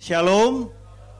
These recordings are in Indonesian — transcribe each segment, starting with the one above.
Shalom.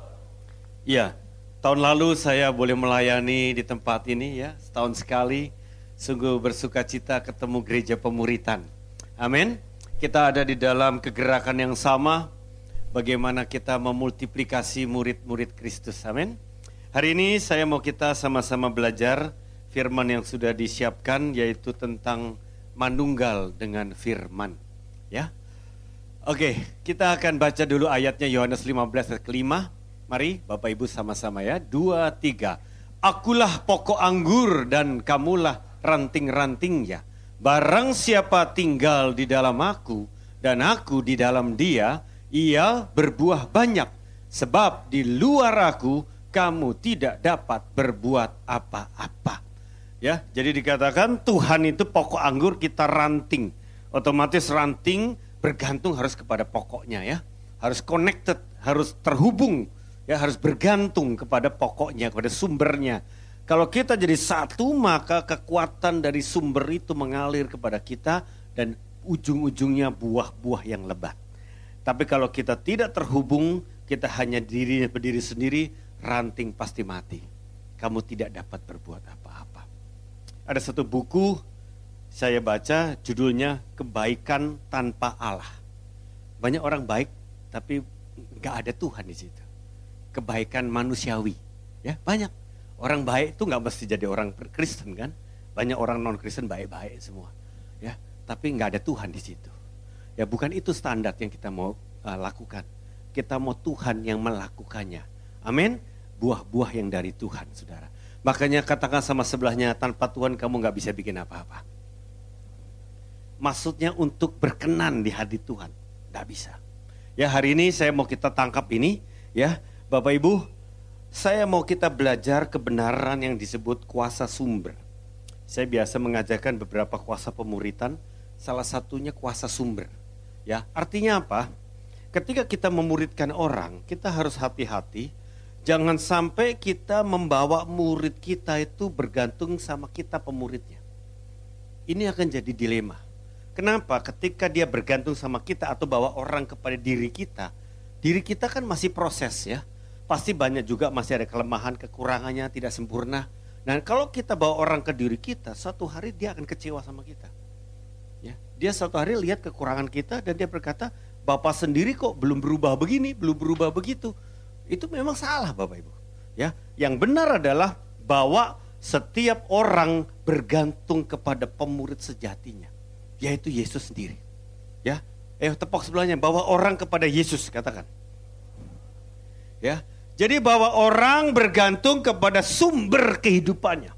Ya, tahun lalu saya boleh melayani di tempat ini ya, setahun sekali. Sungguh bersuka cita ketemu gereja pemuritan. Amin. Kita ada di dalam kegerakan yang sama, bagaimana kita memultiplikasi murid-murid Kristus. Amin. Hari ini saya mau kita sama-sama belajar firman yang sudah disiapkan, yaitu tentang manunggal dengan firman. Ya. Oke, kita akan baca dulu ayatnya Yohanes 15 ayat ke-5. Mari Bapak Ibu sama-sama ya. 2, 3. Akulah pokok anggur dan kamulah ranting-rantingnya. Barang siapa tinggal di dalam aku dan aku di dalam dia, ia berbuah banyak. Sebab di luar aku kamu tidak dapat berbuat apa-apa. Ya, jadi dikatakan Tuhan itu pokok anggur, kita ranting. Otomatis ranting bergantung harus kepada pokoknya ya. Harus connected, harus terhubung, ya, harus bergantung kepada pokoknya, kepada sumbernya. Kalau kita jadi satu, maka kekuatan dari sumber itu mengalir kepada kita dan ujung-ujungnya buah-buah yang lebat. Tapi kalau kita tidak terhubung, kita hanya berdiri sendiri, ranting pasti mati. Kamu tidak dapat berbuat apa-apa. Ada satu buku saya baca, judulnya Kebaikan Tanpa Allah. Banyak orang baik, tapi nggak ada Tuhan di situ. Kebaikan manusiawi, ya banyak. Orang baik itu nggak mesti jadi orang Kristen kan? Banyak orang non Kristen baik-baik semua, ya. Tapi nggak ada Tuhan di situ. Ya bukan itu standar yang kita mau lakukan. Kita mau Tuhan yang melakukannya. Amin. Buah-buah yang dari Tuhan, saudara. Makanya katakan sama sebelahnya, tanpa Tuhan kamu nggak bisa bikin apa-apa. Maksudnya untuk berkenan di hati Tuhan, nggak bisa. Ya hari ini saya mau kita tangkap ini, ya Bapak Ibu, saya mau kita belajar kebenaran yang disebut kuasa sumber. Saya biasa mengajarkan beberapa kuasa pemuritan, salah satunya kuasa sumber. Ya artinya apa? Ketika kita memuridkan orang, kita harus hati-hati. Jangan sampai kita membawa murid kita itu bergantung sama kita pemuridnya. Ini akan jadi dilema. Kenapa? Ketika dia bergantung sama kita atau bawa orang kepada diri kita kan masih proses ya. Pasti banyak juga masih ada kelemahan, kekurangannya, tidak sempurna. Nah kalau kita bawa orang ke diri kita, suatu hari dia akan kecewa sama kita. Ya, dia suatu hari lihat kekurangan kita dan dia berkata, Bapak sendiri kok belum berubah begini, belum berubah begitu. Itu memang salah Bapak Ibu. Ya, yang benar adalah bahwa setiap orang bergantung kepada pemurid sejatinya, yaitu Yesus sendiri. Ya, tepuk sebelahnya, bawa orang kepada Yesus, katakan. Ya, jadi bahwa orang bergantung kepada sumber kehidupannya.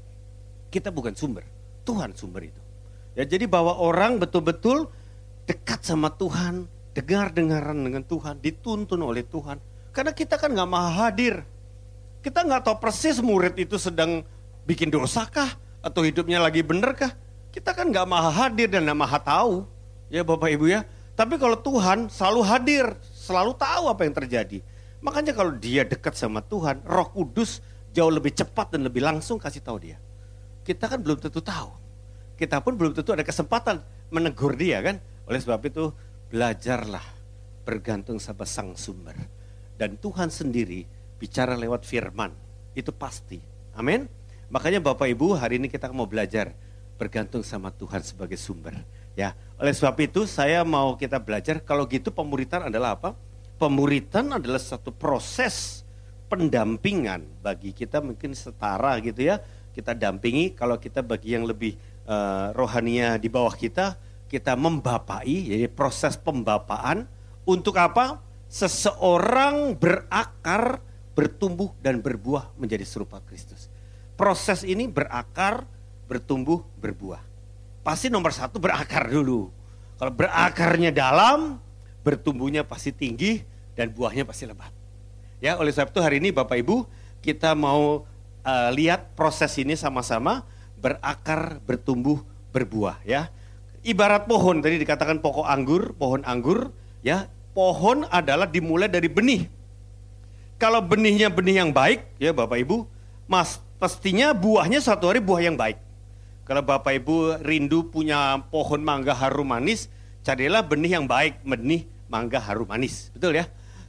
Kita bukan sumber, Tuhan sumber itu. Ya, jadi bahwa orang betul-betul dekat sama Tuhan, dengar-dengaran dengan Tuhan, dituntun oleh Tuhan. Karena kita kan nggak maha hadir. Kita nggak tahu persis murid itu sedang bikin dosakah atau hidupnya lagi benerkah. Kita kan gak maha hadir dan gak maha tahu, ya Bapak Ibu ya. Tapi kalau Tuhan selalu hadir, selalu tahu apa yang terjadi. Makanya kalau dia dekat sama Tuhan, Roh Kudus jauh lebih cepat dan lebih langsung kasih tahu dia. Kita kan belum tentu tahu. Kita pun belum tentu ada kesempatan menegur dia kan. Oleh sebab itu belajarlah bergantung sama sang sumber. Dan Tuhan sendiri bicara lewat firman, itu pasti. Amin. Makanya Bapak Ibu hari ini kita mau belajar bergantung sama Tuhan sebagai sumber. Ya, oleh sebab itu saya mau kita belajar, kalau gitu pemuritan adalah apa? Pemuritan adalah satu proses pendampingan bagi kita, mungkin setara gitu ya. Kita dampingi, kalau kita bagi yang lebih rohania di bawah kita membapai, jadi proses pembapaan untuk apa? Seseorang berakar, bertumbuh dan berbuah menjadi serupa Kristus. Proses ini berakar, bertumbuh, berbuah. Pasti nomor satu berakar dulu. Kalau berakarnya dalam, bertumbuhnya pasti tinggi dan buahnya pasti lebat. Ya, oleh sebab itu hari ini Bapak Ibu kita mau lihat proses ini sama-sama, berakar, bertumbuh, berbuah. Ya, ibarat pohon tadi dikatakan pohon anggur. Ya, pohon adalah dimulai dari benih. Kalau benihnya benih yang baik, ya Bapak Ibu, pastinya buahnya suatu hari buah yang baik. Kalau Bapak Ibu rindu punya pohon mangga harum manis, carilah benih yang baik, benih mangga harum manis. Betul ya?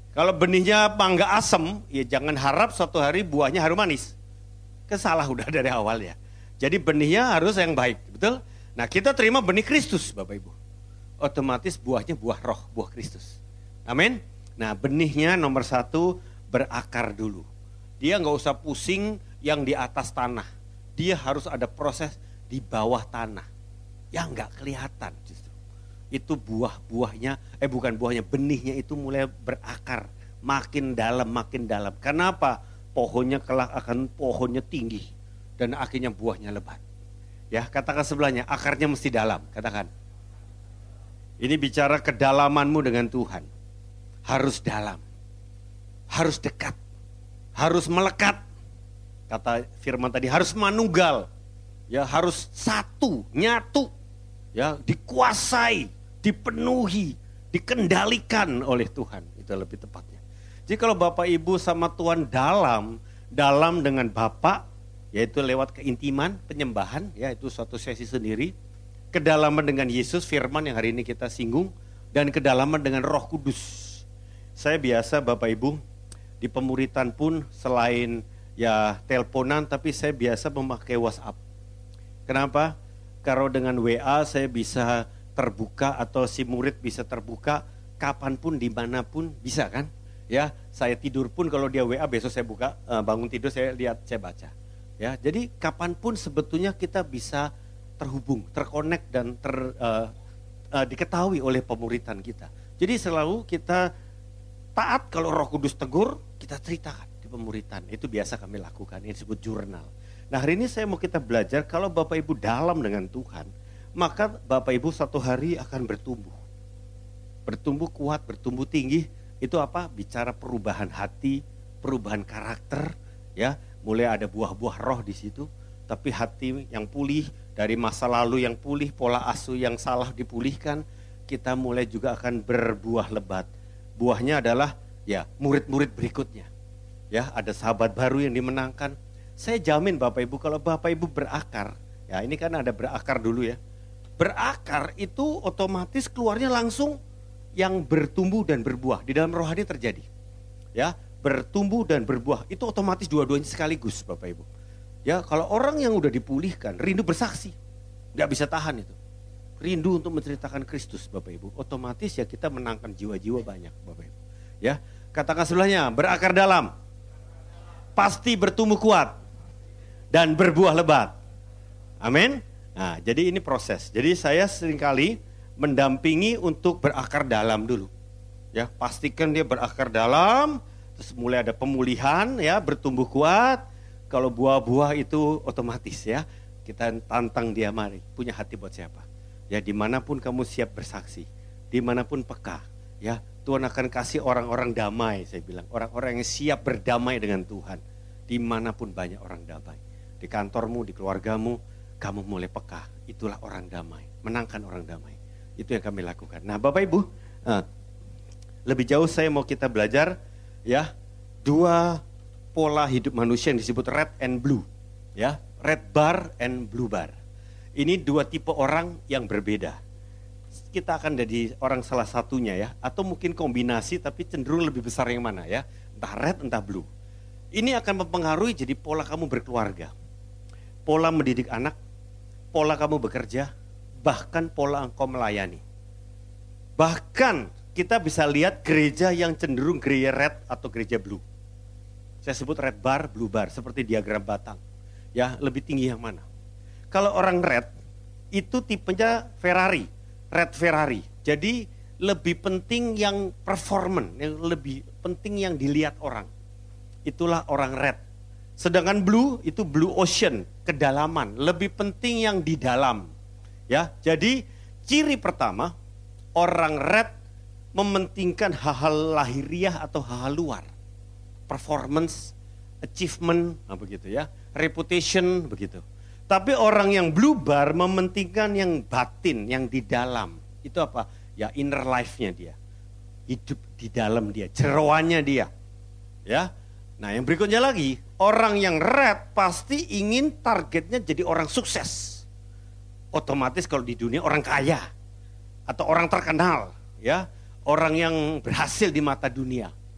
Kalau benihnya mangga asem, ya jangan harap suatu hari buahnya harum manis. Kesalah udah dari awal ya. Jadi benihnya harus yang baik, betul? Nah kita terima benih Kristus Bapak Ibu. Otomatis buahnya buah roh, buah Kristus. Amin. Nah benihnya nomor 1 berakar dulu. Dia nggak usah pusing yang di atas tanah. Dia harus ada proses di bawah tanah. Yang nggak kelihatan justru. Itu buahnya, bukan buahnya, benihnya itu mulai berakar. Makin dalam, makin dalam. Kenapa? Pohonnya kelak akan pohonnya tinggi. Dan akhirnya buahnya lebat. Ya katakan sebelahnya, akarnya mesti dalam. Katakan. Ini bicara kedalamanmu dengan Tuhan. Harus dalam. Harus dekat. Harus melekat. Kata firman tadi, harus manunggal. Ya harus satu, nyatu. Ya dikuasai, dipenuhi, dikendalikan oleh Tuhan. Itu lebih tepatnya. Jadi kalau Bapak Ibu sama Tuhan dalam dengan Bapak, yaitu lewat keintiman, penyembahan, ya itu suatu sesi sendiri. Kedalaman dengan Yesus, firman yang hari ini kita singgung, dan kedalaman dengan Roh Kudus. Saya biasa Bapak Ibu, di pemuritan pun selain ya teleponan, tapi saya biasa memakai WhatsApp. Kenapa? Kalau dengan WA saya bisa terbuka atau si murid bisa terbuka kapanpun, dimanapun bisa kan? Ya, saya tidur pun kalau dia WA besok saya buka, bangun tidur saya lihat, saya baca. Ya, jadi kapanpun sebetulnya kita bisa terhubung, terkonek dan diketahui oleh pemuritan kita. Jadi selalu kita taat kalau Roh Kudus tegur, kita ceritakan di pemuritan. Itu biasa kami lakukan, ini disebut jurnal. Nah hari ini saya mau kita belajar kalau Bapak Ibu dalam dengan Tuhan, maka Bapak Ibu satu hari akan bertumbuh. Bertumbuh kuat, bertumbuh tinggi, itu apa? Bicara perubahan hati, perubahan karakter, ya. Mulai ada buah-buah roh di situ, tapi hati yang pulih, dari masa lalu yang pulih, pola asuh yang salah dipulihkan, kita mulai juga akan berbuah lebat. Buahnya adalah ya murid-murid berikutnya. Ya, ada sahabat baru yang dimenangkan. Saya jamin Bapak Ibu kalau Bapak Ibu berakar, ya ini kan ada berakar dulu ya. Berakar itu otomatis keluarnya langsung yang bertumbuh dan berbuah. Di dalam rohani terjadi. Ya, bertumbuh dan berbuah itu otomatis dua-duanya sekaligus Bapak Ibu. Ya, kalau orang yang udah dipulihkan, rindu bersaksi. Nggak bisa tahan itu. Rindu untuk menceritakan Kristus Bapak Ibu. Otomatis ya kita menangkan jiwa-jiwa banyak Bapak Ibu. Ya, katakan sebelahnya, berakar dalam. Pasti bertumbuh kuat. Dan berbuah lebat. Amin. Nah, jadi ini proses. Jadi saya seringkali mendampingi untuk berakar dalam dulu. Ya, pastikan dia berakar dalam, terus mulai ada pemulihan ya, bertumbuh kuat. Kalau buah-buah itu otomatis ya, kita tantang dia, mari punya hati buat siapa. Ya dimanapun kamu siap bersaksi, dimanapun peka, ya Tuhan akan kasih orang-orang damai, saya bilang. Orang-orang yang siap berdamai dengan Tuhan, dimanapun banyak orang damai. Di kantormu, di keluargamu, kamu mulai peka, itulah orang damai, menangkan orang damai. Itu yang kami lakukan. Nah Bapak Ibu, lebih jauh saya mau kita belajar ya, dua pola hidup manusia yang disebut red and blue. Ya, red bar and blue bar. Ini dua tipe orang yang berbeda. Kita akan jadi orang salah satunya ya, atau mungkin kombinasi tapi cenderung lebih besar yang mana ya, entah red entah blue. Ini akan mempengaruhi jadi pola kamu berkeluarga, pola mendidik anak, pola kamu bekerja, bahkan pola engkau melayani. Bahkan kita bisa lihat gereja yang cenderung gereja red atau gereja blue. Saya sebut red bar, blue bar, seperti diagram batang. Ya, lebih tinggi yang mana? Kalau orang red, itu tipenya Ferrari, red Ferrari. Jadi lebih penting yang performan, yang lebih penting yang dilihat orang. Itulah orang red. Sedangkan blue itu blue ocean, kedalaman, lebih penting yang di dalam. Ya, jadi ciri pertama orang red mementingkan hal-hal lahiriah atau hal-hal luar. Performance, achievement, begitu ya, reputation, begitu. Tapi orang yang blue bar mementingkan yang batin, yang di dalam. Itu apa? Ya inner life-nya dia. Hidup di dalam dia, jeroannya dia. Ya. Nah yang berikutnya lagi, orang yang red pasti ingin targetnya jadi orang sukses. Otomatis kalau di dunia orang kaya. Atau orang terkenal. Ya, orang yang berhasil di mata dunia.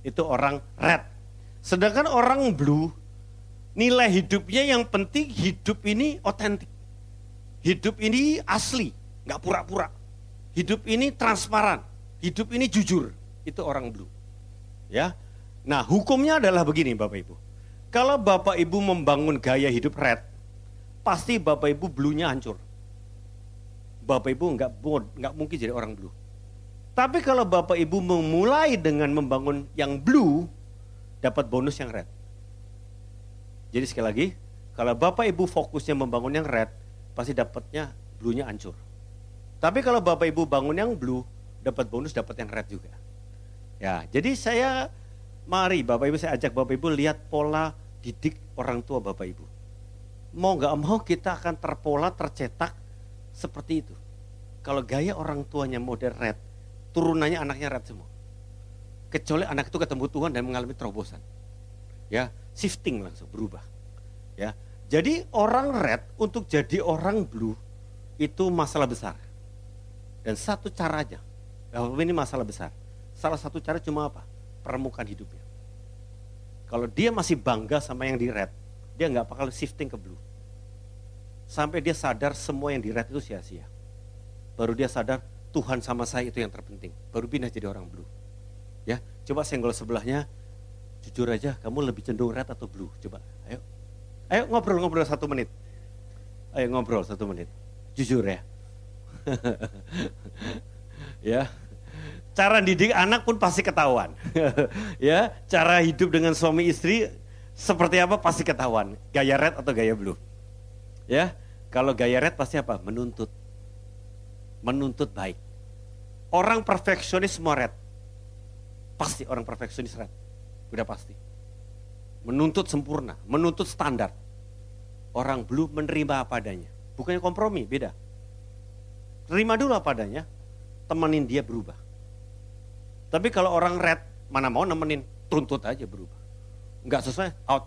Itu orang red. Sedangkan orang blue, nilai hidupnya yang penting hidup ini otentik. Hidup ini asli, nggak pura-pura. Hidup ini transparan, hidup ini jujur. Itu orang blue. Ya. Nah, hukumnya adalah begini Bapak Ibu. Kalau Bapak Ibu membangun gaya hidup red, pasti Bapak Ibu blue-nya hancur. Bapak Ibu nggak mungkin jadi orang blue. Tapi kalau Bapak Ibu memulai dengan membangun yang blue, dapat bonus yang red. Jadi sekali lagi, kalau Bapak Ibu fokusnya membangun yang red, pasti dapatnya blue-nya hancur. Tapi kalau Bapak Ibu bangun yang blue, dapat bonus, dapat yang red juga. Ya, jadi mari Bapak Ibu, saya ajak Bapak Ibu lihat pola didik orang tua Bapak Ibu. Mau gak mau kita akan tercetak seperti itu. Kalau gaya orang tuanya model red, turunannya anaknya red semua. Kecuali anak itu ketemu Tuhan dan mengalami terobosan. Ya, shifting langsung berubah. Ya. Jadi orang red untuk jadi orang blue itu masalah besar. Dan satu caranya, ini masalah besar. Salah satu cara cuma apa? Permukaan hidupnya. Kalau dia masih bangga sama yang di red, dia nggak bakal shifting ke blue. Sampai dia sadar semua yang di red itu sia-sia. Baru dia sadar Tuhan sama saya itu yang terpenting. Baru pindah jadi orang blue. Ya, coba senggol sebelahnya. Jujur aja, kamu lebih cenderung red atau blue? Coba, ayo. Ayo ngobrol 1 menit. Ayo ngobrol 1 menit. Jujur ya. Ya. Cara didik anak pun pasti ketahuan. Ya, cara hidup dengan suami istri seperti apa pasti ketahuan. Gaya red atau gaya blue. Ya. Kalau gaya red pasti apa? Menuntut. Menuntut baik. Orang perfeksionis semua red. Pasti orang perfeksionis red. Udah pasti. Menuntut sempurna, menuntut standar. Orang blue menerima apa adanya. Bukannya kompromi, beda. Terima dulu apa adanya, temenin dia berubah. Tapi kalau orang red, mana mau nemenin, tuntut aja berubah. Enggak sesuai, out.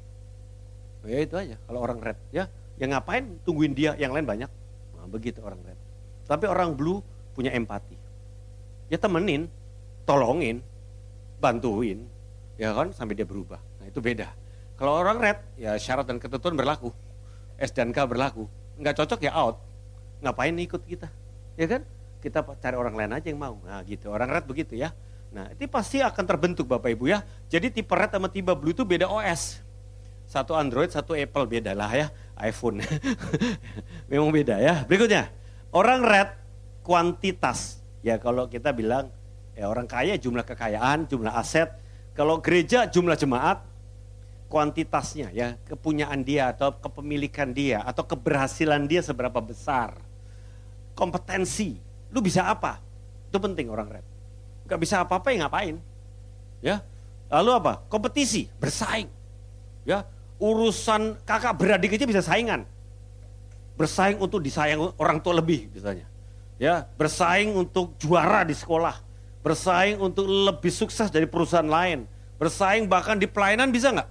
Ya itu aja, kalau orang red. Ya ngapain tungguin dia, yang lain banyak. Nah, begitu orang red. Tapi orang blue punya empati. Ya temenin, tolongin, bantuin, ya kan sampai dia berubah. Nah itu beda. Kalau orang red, ya syarat dan ketentuan berlaku. S dan K berlaku. Nggak cocok ya out. Ngapain ikut kita? Ya kan? Kita cari orang lain aja yang mau. Nah gitu, orang red begitu ya. Nah itu pasti akan terbentuk Bapak Ibu ya. Jadi tipe red sama tipe blue itu beda OS. Satu Android, satu Apple, beda lah ya. iPhone. Memang beda ya. Berikutnya, orang red kuantitas. Ya kalau kita bilang, ya orang kaya jumlah kekayaan, jumlah aset. Kalau gereja jumlah jemaat, kuantitasnya ya, kepunyaan dia atau kepemilikan dia atau keberhasilan dia seberapa besar. Kompetensi, lu bisa apa? Itu penting orang red. Gak bisa apa-apa ya ngapain? Ya. Lalu apa? Kompetisi, bersaing. Ya, urusan kakak beradik aja bisa saingan. Bersaing untuk disayang orang tua lebih misalnya. Ya, bersaing untuk juara di sekolah. Bersaing untuk lebih sukses dari perusahaan lain. Bersaing bahkan di pelayanan bisa nggak?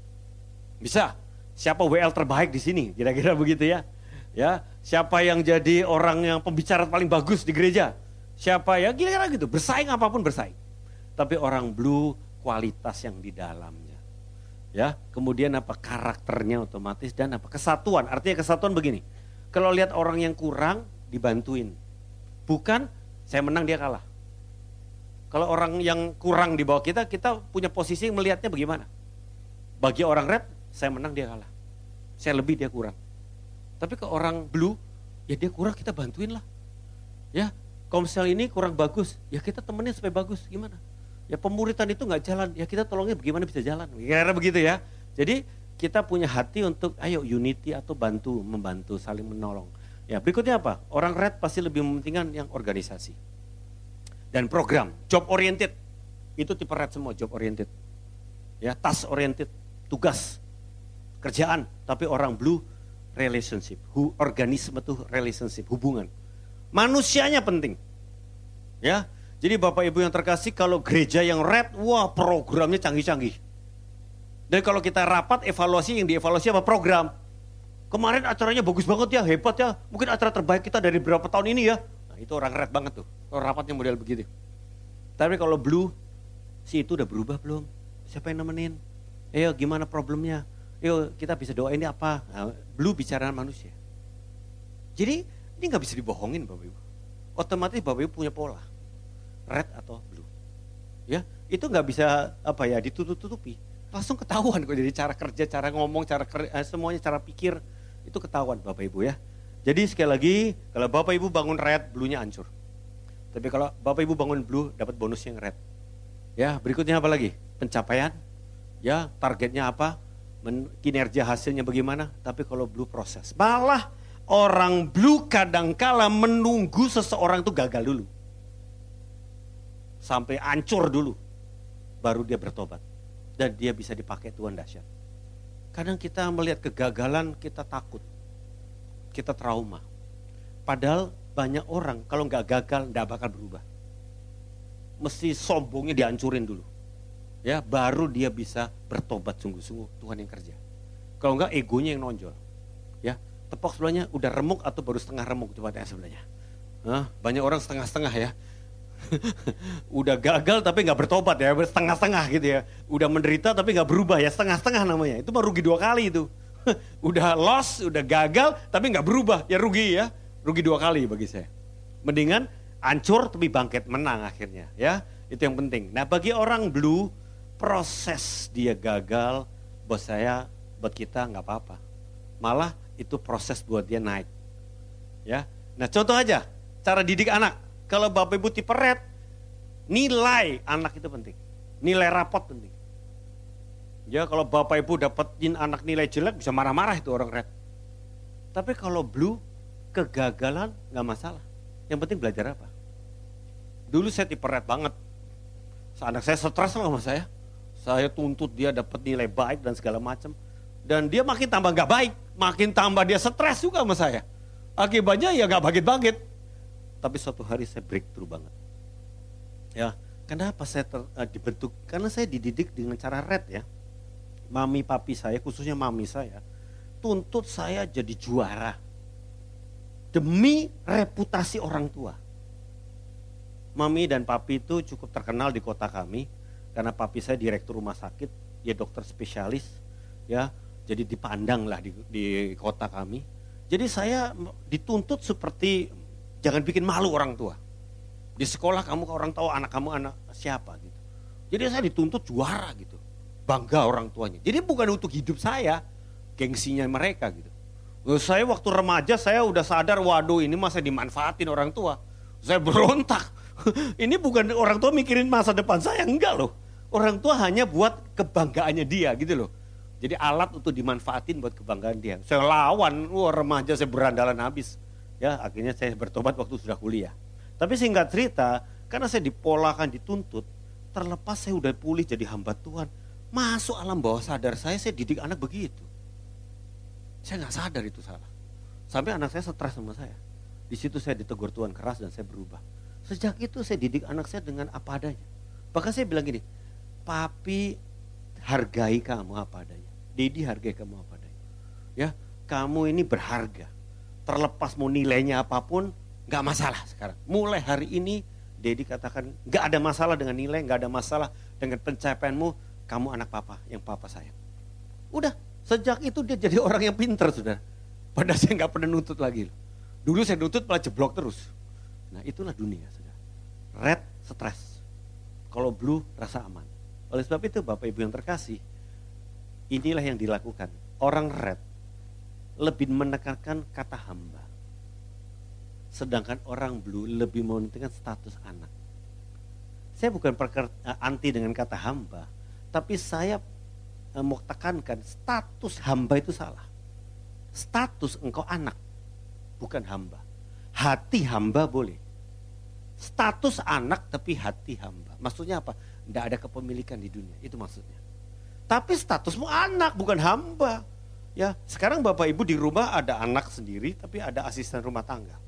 Bisa. Siapa WL terbaik di sini? Kira-kira begitu ya. Ya, siapa yang jadi orang yang pembicara paling bagus di gereja? Siapa ya? Kira-kira gitu. Bersaing apapun bersaing. Tapi orang blue kualitas yang di dalamnya. Ya, kemudian apa? Karakternya otomatis dan apa? Kesatuan. Artinya kesatuan begini. Kalau lihat orang yang kurang dibantuin. Bukan saya menang dia kalah. Kalau orang yang kurang di bawah kita punya posisi melihatnya bagaimana? Bagi orang red, saya menang dia kalah. Saya lebih dia kurang. Tapi ke orang blue, ya dia kurang kita bantuin lah. Ya, kalau misalnya ini kurang bagus, ya kita temenin supaya bagus. Gimana? Ya pemuritan itu nggak jalan, ya kita tolongnya bagaimana bisa jalan. Kira-kira begitu ya. Jadi kita punya hati untuk ayo unity atau membantu, saling menolong. Ya berikutnya apa? Orang red pasti lebih mementingkan yang organisasi. Dan program, job oriented. Itu tipe red semua, job oriented. Ya, task oriented, tugas, kerjaan. Tapi orang blue, relationship. Organisme itu relationship, hubungan. Manusianya penting. Ya, jadi Bapak Ibu yang terkasih, kalau gereja yang red, wah programnya canggih-canggih. Dan kalau kita rapat evaluasi, yang dievaluasi apa? Program. Kemarin acaranya bagus banget ya, hebat ya. Mungkin acara terbaik kita dari berapa tahun ini ya. Nah, itu orang red banget tuh. Kalau rapatnya model begitu. Tapi kalau blue, Si itu udah berubah belum? Siapa yang nemenin? Ayo gimana problemnya? Ayo kita bisa doain ini apa? Nah, Blue bicara manusia. Jadi ini gak bisa dibohongin Bapak Ibu. Otomatis Bapak Ibu punya pola. Red atau blue. Ya, itu gak bisa ditutup-tutupi. Langsung ketahuan kok dari cara kerja, cara ngomong, semuanya cara pikir. Itu ketahuan Bapak Ibu ya. Jadi sekali lagi, kalau Bapak Ibu bangun red, blue-nya hancur. Tapi kalau Bapak Ibu bangun blue, dapat bonus yang red. Ya, berikutnya apa lagi? Pencapaian. Ya, targetnya apa? Kinerja hasilnya bagaimana? Tapi kalau blue proses. Malah orang blue kadangkala menunggu seseorang itu gagal dulu. Sampai hancur dulu. Baru dia bertobat. Dan dia bisa dipakai Tuhan dahsyat. Kadang kita melihat kegagalan, kita takut. Kita trauma. Padahal banyak orang kalau nggak gagal, nggak bakal berubah. Mesti sombongnya dihancurin dulu. Ya, baru dia bisa bertobat sungguh-sungguh, Tuhan yang kerja. Kalau enggak egonya yang nonjol. Ya, tepok sebelahnya udah remuk atau baru setengah remuk, coba tanya sebelahnya. Banyak orang setengah-setengah ya. Udah gagal tapi nggak bertobat ya, setengah-setengah gitu ya. Udah menderita tapi nggak berubah ya, setengah-setengah namanya. Itu mah rugi 2 kali itu. Udah loss, udah gagal tapi nggak berubah, ya rugi ya. Rugi 2 kali bagi saya. Mendingan hancur tapi bangkit menang akhirnya ya. Itu yang penting. Nah bagi orang blue, proses dia gagal buat kita nggak apa-apa. Malah itu proses buat dia naik. Ya. Nah contoh aja, cara didik anak. Kalau Bapak Ibu tipe red, nilai anak itu penting. Nilai rapot penting. Ya kalau Bapak Ibu dapetin anak nilai jelek bisa marah-marah itu orang red. Tapi kalau blue, kegagalan nggak masalah. Yang penting belajar apa? Dulu saya tipe red banget. Anak saya stres lah sama saya. Saya tuntut dia dapat nilai baik dan segala macam. Dan dia makin tambah nggak baik. Makin tambah dia stres juga sama saya. Akibatnya ya nggak bangkit-bangkit. Tapi suatu hari saya breakthrough banget. Ya, kenapa saya dibentuk? Karena saya dididik dengan cara red ya. Mami papi saya, khususnya mami saya, tuntut saya jadi juara. Demi reputasi orang tua. Mami dan papi itu cukup terkenal di kota kami. Karena papi saya direktur rumah sakit, dia dokter spesialis. Ya, jadi dipandang lah di kota kami. Jadi saya dituntut seperti jangan bikin malu orang tua. Di sekolah kamu orang tahu anak kamu anak siapa gitu. Jadi saya dituntut juara gitu. Bangga orang tuanya. Jadi bukan untuk hidup saya, gengsinya mereka gitu. Saya waktu remaja saya udah sadar, waduh ini masa dimanfaatin orang tua. Saya berontak. Ini bukan orang tua mikirin masa depan saya, enggak loh. Orang tua hanya buat kebanggaannya dia gitu loh. Jadi alat untuk dimanfaatin buat kebanggaan dia. Saya lawan, remaja saya berandalan habis. Ya akhirnya saya bertobat waktu sudah kuliah. Tapi singkat cerita, karena saya dipolakan, dituntut, terlepas saya udah pulih jadi hamba Tuhan. Masuk alam bawah sadar saya didik anak begitu. Saya gak sadar itu salah. Sampai anak saya stres sama saya. Di situ saya ditegur Tuhan keras dan saya berubah. Sejak itu saya didik anak saya dengan apa adanya. Bahkan saya bilang gini, papi hargai kamu apa adanya. Dedi hargai kamu apa adanya. Ya, kamu ini berharga. Terlepas mau nilainya apapun, gak masalah sekarang. Mulai hari ini, Dedi katakan gak ada masalah dengan nilai, gak ada masalah dengan pencapaianmu. Kamu anak papa, yang papa sayang. Udah, sejak itu dia jadi orang yang pintar sudah. Padahal saya gak pernah nuntut lagi. Dulu saya nuntut malah jeblok terus. Nah itulah dunia sudah. Red, stres. Kalau blue, rasa aman. Oleh sebab itu Bapak Ibu yang terkasih, inilah yang dilakukan. Orang red lebih menekankan kata hamba. Sedangkan orang blue lebih mementingkan status anak. Saya bukan anti dengan kata hamba, tapi saya mau tekankan status hamba itu salah. Status engkau anak, bukan hamba. Hati hamba boleh. Status anak tapi hati hamba. Maksudnya apa? Tidak ada kepemilikan di dunia, itu maksudnya. Tapi statusmu anak, bukan hamba. Ya, sekarang Bapak Ibu di rumah ada anak sendiri, tapi ada asisten rumah tangga.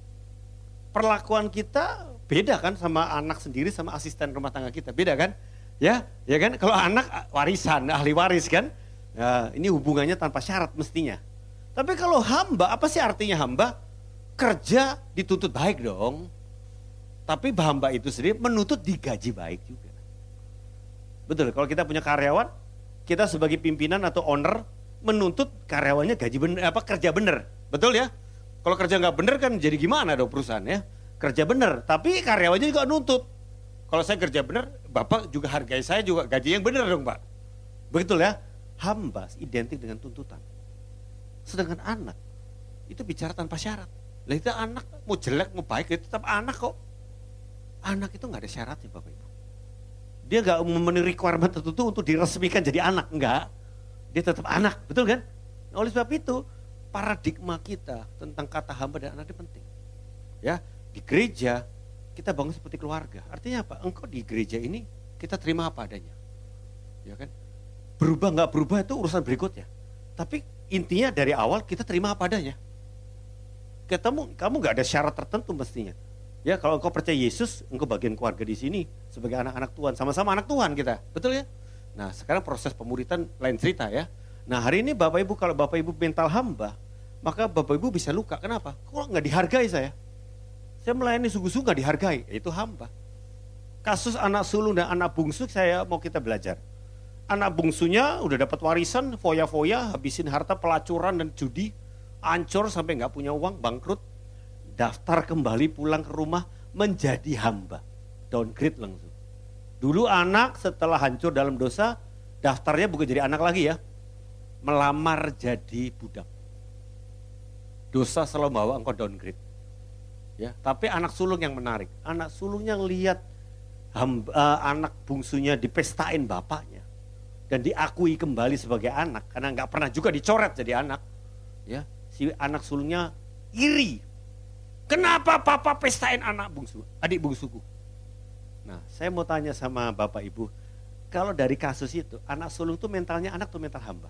Perlakuan kita beda kan sama anak sendiri sama asisten rumah tangga kita, beda kan? Ya kan? Kalau anak warisan, ahli waris kan? Ya, ini hubungannya tanpa syarat mestinya. Tapi kalau hamba, apa sih artinya hamba? Kerja dituntut baik dong. Tapi hamba itu sendiri menuntut digaji baik juga. Betul, kalau kita punya karyawan, kita sebagai pimpinan atau owner menuntut karyawannya gaji bener, kerja bener. Betul ya? Kalau kerja nggak bener kan jadi gimana dong perusahaan ya? Kerja bener, tapi karyawannya juga nuntut. Kalau saya kerja bener, Bapak juga hargai saya juga gaji yang bener dong Pak. Begitu ya? Hamba identik dengan tuntutan. Sedangkan anak, itu bicara tanpa syarat. Lah itu anak mau jelek mau baik itu tetap anak kok. Anak itu nggak ada syaratnya Bapak Ibu. Dia nggak memenuhi requirement tertentu untuk diresmikan jadi anak, enggak. Dia tetap anak, betul kan? Oleh sebab itu paradigma kita tentang kata hamba dan anak itu penting. Ya, di gereja kita bangun seperti keluarga. Artinya apa? Engkau di gereja ini kita terima apa adanya. Ya kan? Berubah nggak berubah itu urusan berikutnya. Tapi intinya dari awal kita terima apa adanya. Kamu nggak ada syarat tertentu mestinya. Ya kalau engkau percaya Yesus, engkau bagian keluarga di sini sebagai anak-anak Tuhan, sama-sama anak Tuhan kita, betul ya? Nah sekarang proses pemuritan lain cerita ya. Nah hari ini Bapak Ibu kalau Bapak Ibu mental hamba, maka Bapak Ibu bisa luka. Kenapa? Kok nggak dihargai saya? Saya melayani sungguh-sungguh nggak dihargai, itu hamba. Kasus anak sulung dan anak bungsu saya mau kita belajar. Anak bungsunya udah dapat warisan, foya-foya, habisin harta pelacuran dan judi. Ancur sampai nggak punya uang, bangkrut, daftar kembali pulang ke rumah menjadi hamba, downgrade langsung. Dulu anak setelah hancur dalam dosa, daftarnya bukan jadi anak lagi ya, melamar jadi budak. Dosa selalu bawa engkau downgrade. Ya, tapi anak sulung yang menarik, anak sulungnya ngelihat anak bungsunya dipestain bapaknya dan diakui kembali sebagai anak karena nggak pernah juga dicoret jadi anak, ya. Si anak sulungnya iri. Kenapa papa pestain anak bungsu, adik bungsuku? Nah, saya mau tanya sama Bapak Ibu, kalau dari kasus itu, anak sulung itu mentalnya anak atau mental hamba?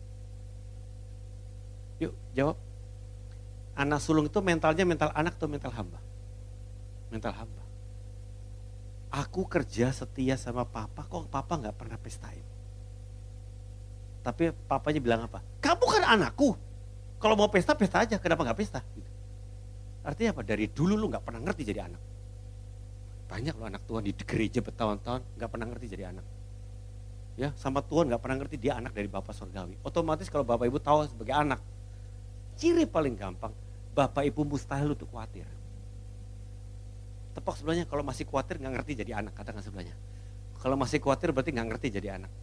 Yuk, jawab. Anak sulung itu mentalnya mental anak atau mental hamba? Mental hamba. Aku kerja setia sama papa, kok papa gak pernah pestain? Tapi papanya bilang apa? Kamu kan anakku. Kalau mau pesta, pesta aja. Kenapa gak pesta? Gitu. Artinya apa? Dari dulu lu gak pernah ngerti jadi anak. Banyak loh anak Tuhan di gereja bertahun-tahun gak pernah ngerti jadi anak. Ya, sama Tuhan gak pernah ngerti dia anak dari Bapa Surgawi. Otomatis kalau Bapak Ibu tahu sebagai anak, ciri paling gampang, Bapak Ibu mustahil untuk khawatir. Tepuk sebelahnya, kalau masih khawatir gak ngerti jadi anak, katakan sebelahnya. Kalau masih khawatir berarti gak ngerti jadi anak.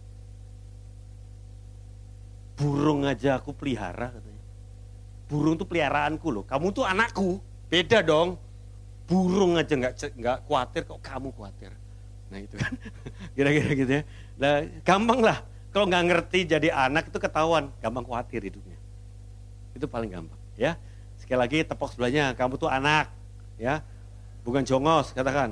Burung aja aku pelihara katanya. Burung tuh peliharaanku loh, kamu tuh anakku, beda dong. Burung aja nggak khawatir, kok kamu khawatir. Nah itu kan, kira-kira gitu ya. Nah gampang lah, kalau nggak ngerti jadi anak itu ketahuan, gampang khawatir hidupnya. Itu paling gampang ya. Sekali lagi tepuk sebelahnya, kamu tuh anak, ya, bukan jongos katakan.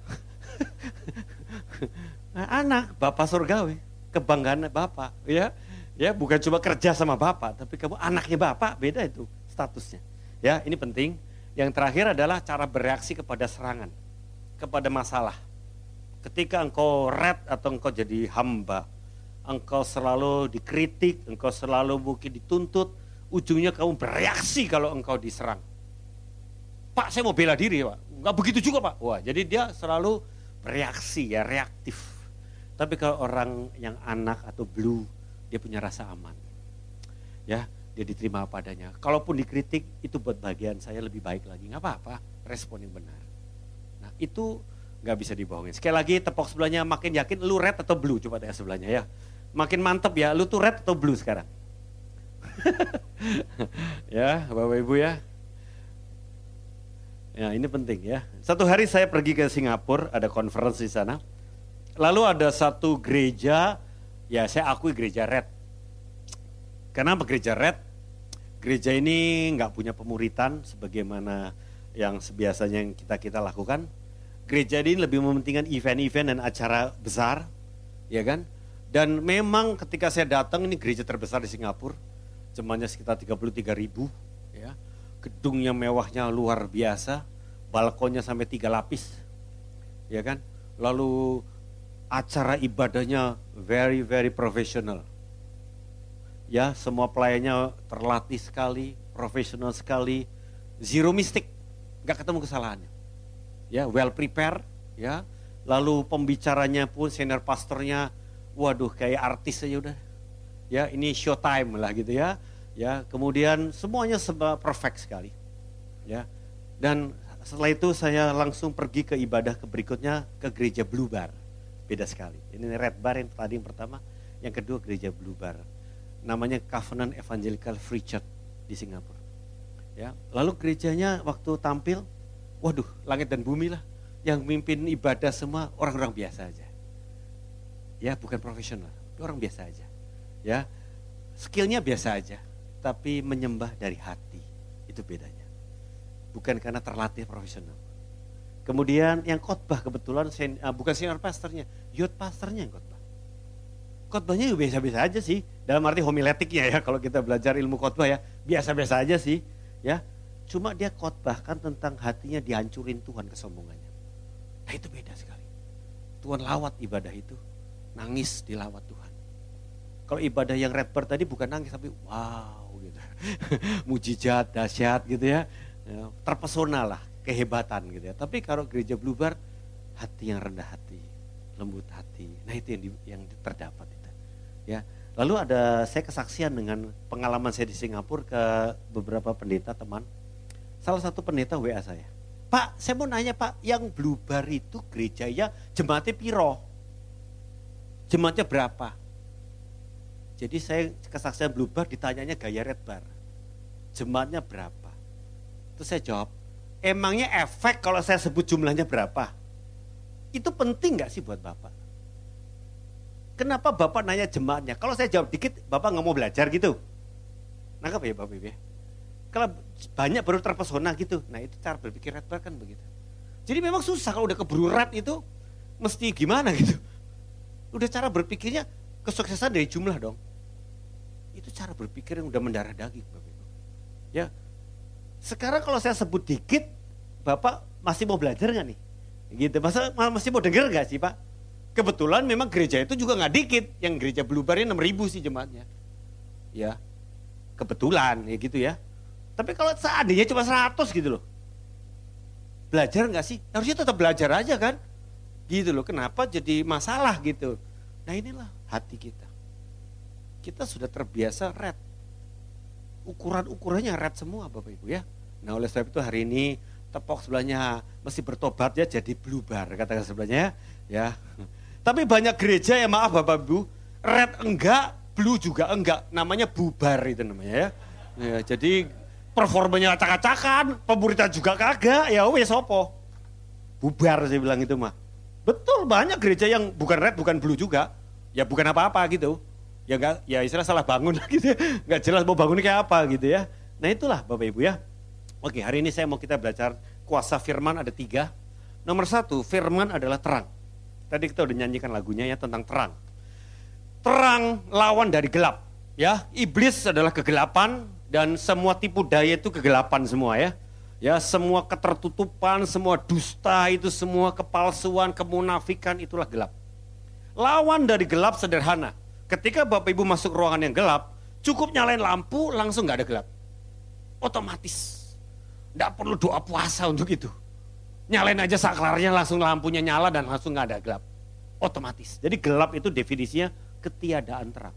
Nah, anak, Bapak Surgawi, kebanggaan Bapak, ya. Ya, bukan cuma kerja sama Bapak, tapi kamu anaknya Bapak, beda itu statusnya. Ya, ini penting. Yang terakhir adalah cara bereaksi kepada serangan, kepada masalah. Ketika engkau red atau engkau jadi hamba, engkau selalu dikritik, engkau selalu mungkin dituntut, ujungnya kamu bereaksi kalau engkau diserang. Pak, saya mau bela diri, Pak. Enggak begitu juga, Pak. Wah, jadi dia selalu bereaksi, ya, reaktif. Tapi kalau orang yang anak atau blue, dia punya rasa aman, ya, dia diterima apa adanya. Kalaupun dikritik, itu buat bagian saya lebih baik lagi, nggak apa-apa, respon yang benar. Nah itu nggak bisa dibohongin. Sekali lagi tepuk sebelahnya, makin yakin lu red atau blue, coba tanya sebelahnya ya. Makin mantep ya, lu tuh red atau blue sekarang? Ya, Bapak Ibu ya. Ya ini penting ya. Satu hari saya pergi ke Singapura, ada conference di sana. Lalu ada satu gereja, ya saya akui gereja red. Kenapa gereja red? Gereja ini nggak punya pemuritan sebagaimana yang biasanya yang kita lakukan. Gereja ini lebih mementingkan event-event dan acara besar, ya kan? Dan memang ketika saya datang, ini gereja terbesar di Singapura, jemaatnya sekitar 33.000, ya. Gedungnya mewahnya luar biasa, balkonnya sampai 3 lapis, ya kan? Lalu acara ibadahnya very very professional. Ya, semua pelayannya terlatih sekali, profesional sekali, zero mistake, nggak ketemu kesalahannya. Ya, well prepared, ya. Lalu pembicaranya pun senior pastornya, waduh kayak artis aja udah. Ya ini showtime lah gitu ya. Ya kemudian semuanya perfect sekali. Ya dan setelah itu saya langsung pergi ke ibadah berikutnya ke gereja Blue Bar. Beda sekali. Ini Red Bar yang tadi yang pertama, yang kedua gereja Blue Bar. Namanya Covenant Evangelical Free Church di Singapura. Ya, lalu gerejanya waktu tampil, waduh, langit dan bumi lah. Yang mimpin ibadah semua orang-orang biasa aja. Ya, bukan profesional, orang biasa aja. Ya, skillnya biasa aja, tapi menyembah dari hati, itu bedanya. Bukan karena terlatih profesional. Kemudian yang khotbah kebetulan bukan senior pastornya, youth pastornya yang khotbah. Khotbahnya juga biasa-biasa aja sih, dalam arti homiletiknya ya, kalau kita belajar ilmu khotbah ya, biasa-biasa aja sih, ya. Cuma dia khotbahkan tentang hatinya dihancurin Tuhan kesombongannya. Nah itu beda sekali. Tuhan lawat ibadah itu, nangis dilawat Tuhan. Kalau ibadah yang Red Bar tadi bukan nangis tapi wow gitu, mujizat, dahsyat gitu ya, terpesona lah, kehebatan gitu ya. Tapi kalau gereja Blue Bar, hati yang rendah hati, lembut hati, nah itu yang terdapat itu. Ya, lalu saya kesaksian dengan pengalaman saya di Singapura ke beberapa pendeta teman. Salah satu pendeta WA saya, Pak, saya mau nanya Pak, yang Blue Bar itu gerejanya jemaatnya piro? Jemaatnya berapa? Jadi saya kesaksian Blue Bar ditanyanya gaya Red Bar. Jemaatnya berapa? Terus saya jawab, emangnya efek kalau saya sebut jumlahnya berapa? Itu penting gak sih buat Bapak? Kenapa Bapak nanya jemaatnya? Kalau saya jawab dikit, Bapak gak mau belajar gitu. Nangkap ya Bapak Ibu ya? Kalau banyak baru terpesona gitu. Nah itu cara berpikir Red Bar kan begitu. Jadi memang susah kalau udah keburu red itu, mesti gimana gitu. Udah cara berpikirnya, kesuksesan dari jumlah dong. Itu cara berpikir yang udah mendarah daging Bapak Ibu. Ya, sekarang kalau saya sebut dikit, Bapak masih mau belajar gak nih? Gitu, masih mau denger gak sih Pak? Kebetulan memang gereja itu juga gak dikit, yang gereja Blue Bar 6.000 sih jemaatnya. Ya, kebetulan ya gitu ya. Tapi kalau seandainya cuma 100 gitu loh. Belajar gak sih? Harusnya tetap belajar aja kan? Gitu loh, kenapa jadi masalah gitu. Nah inilah hati kita. Kita sudah terbiasa red. Ukuran-ukurannya red semua Bapak Ibu ya. Nah oleh sebab itu hari ini tepok sebelahnya mesti bertobat ya jadi Blue Bar katakan sebelahnya ya. Tapi banyak gereja ya maaf Bapak Ibu, red enggak, blue juga enggak, namanya bubar itu namanya ya. Ya jadi performanya acak-acakan, pemberitaan juga kagak, ya wes opo. Bubar saya bilang itu mah. Betul banyak gereja yang bukan red, bukan blue juga, ya bukan apa-apa gitu. Ya enggak, ya istilah salah bangun gitu ya. Enggak jelas mau bangunnya kayak apa gitu ya. Nah itulah Bapak Ibu ya. Oke, hari ini saya mau kita belajar kuasa firman ada 3. Nomor 1, firman adalah terang. Tadi kita udah nyanyikan lagunya ya tentang terang. Terang lawan dari gelap. Ya, iblis adalah kegelapan dan semua tipu daya itu kegelapan semua ya. Ya, semua ketertutupan, semua dusta itu semua kepalsuan, kemunafikan itulah gelap. Lawan dari gelap sederhana. Ketika Bapak Ibu masuk ruangan yang gelap, cukup nyalain lampu langsung nggak ada gelap. Otomatis. Nggak perlu doa puasa untuk itu. Nyalain aja saklarnya langsung lampunya nyala dan langsung nggak ada gelap. Otomatis. Jadi gelap itu definisinya ketiadaan terang.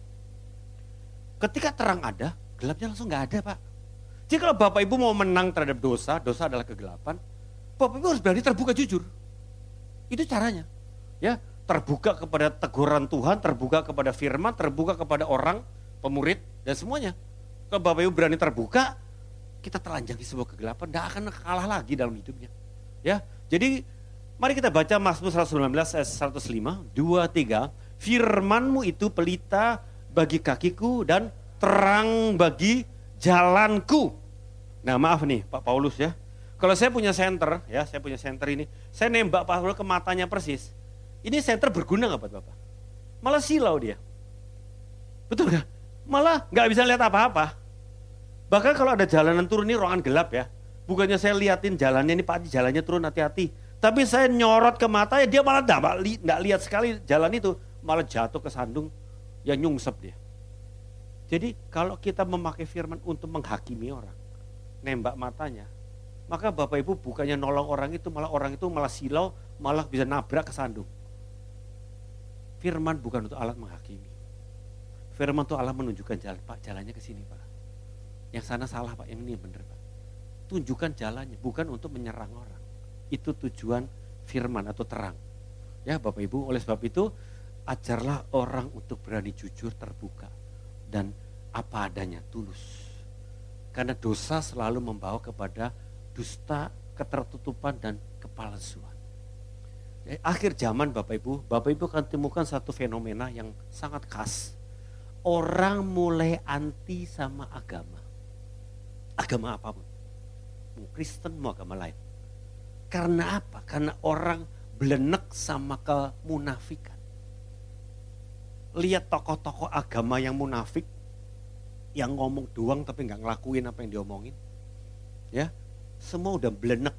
Ketika terang ada, gelapnya langsung nggak ada Pak. Jadi kalau Bapak Ibu mau menang terhadap dosa, dosa adalah kegelapan, Bapak Ibu harus berani terbuka jujur. Itu caranya. Ya, terbuka kepada teguran Tuhan, terbuka kepada firman, terbuka kepada orang, pemurid dan semuanya. Kalau Bapak Ibu berani terbuka, kita telanjangi sebuah kegelapan, tidak akan kalah lagi dalam hidupnya. Ya, jadi mari kita baca Mazmur 119 ayat 105, 2, 3. Firman-Mu itu pelita bagi kakiku dan terang bagi jalanku. Nah maaf nih Pak Paulus ya. Kalau saya punya senter, ya saya punya senter ini. Saya nembak Pak Paulus ke matanya persis. Ini senter berguna gak buat Bapak? Malah silau dia. Betul gak? Malah gak bisa lihat apa-apa. Bahkan kalau ada jalanan turun ini ruangan gelap ya. Bukannya saya liatin jalannya ini Pak Haji jalannya turun hati-hati. Tapi saya nyorot ke matanya dia malah enggak lihat sekali jalan itu. Malah jatuh ke sandung ya nyungsep dia. Jadi kalau kita memakai firman untuk menghakimi orang. Nembak matanya. Maka Bapak Ibu bukannya nolong orang itu malah silau. malah bisa nabrak ke sandung. Firman bukan untuk alat menghakimi. Firman itu Allah menunjukkan jalan, Pak, jalannya ke sini, Pak. Yang sana salah, Pak, yang ini benar, Pak. Tunjukkan jalannya, bukan untuk menyerang orang. Itu tujuan firman atau terang. Ya, Bapak Ibu, oleh sebab itu ajarlah orang untuk berani jujur, terbuka, dan apa adanya, tulus. Karena dosa selalu membawa kepada dusta, ketertutupan, dan kepalsuan. Akhir zaman Bapak Ibu akan temukan satu fenomena yang sangat khas. Orang mulai anti sama agama. Agama apapun. Mau Kristen, mau agama lain. Karena apa? Karena orang belenek sama kemunafikan. Lihat tokoh-tokoh agama yang munafik, yang ngomong doang tapi gak ngelakuin apa yang diomongin. Ya, semua udah belenek.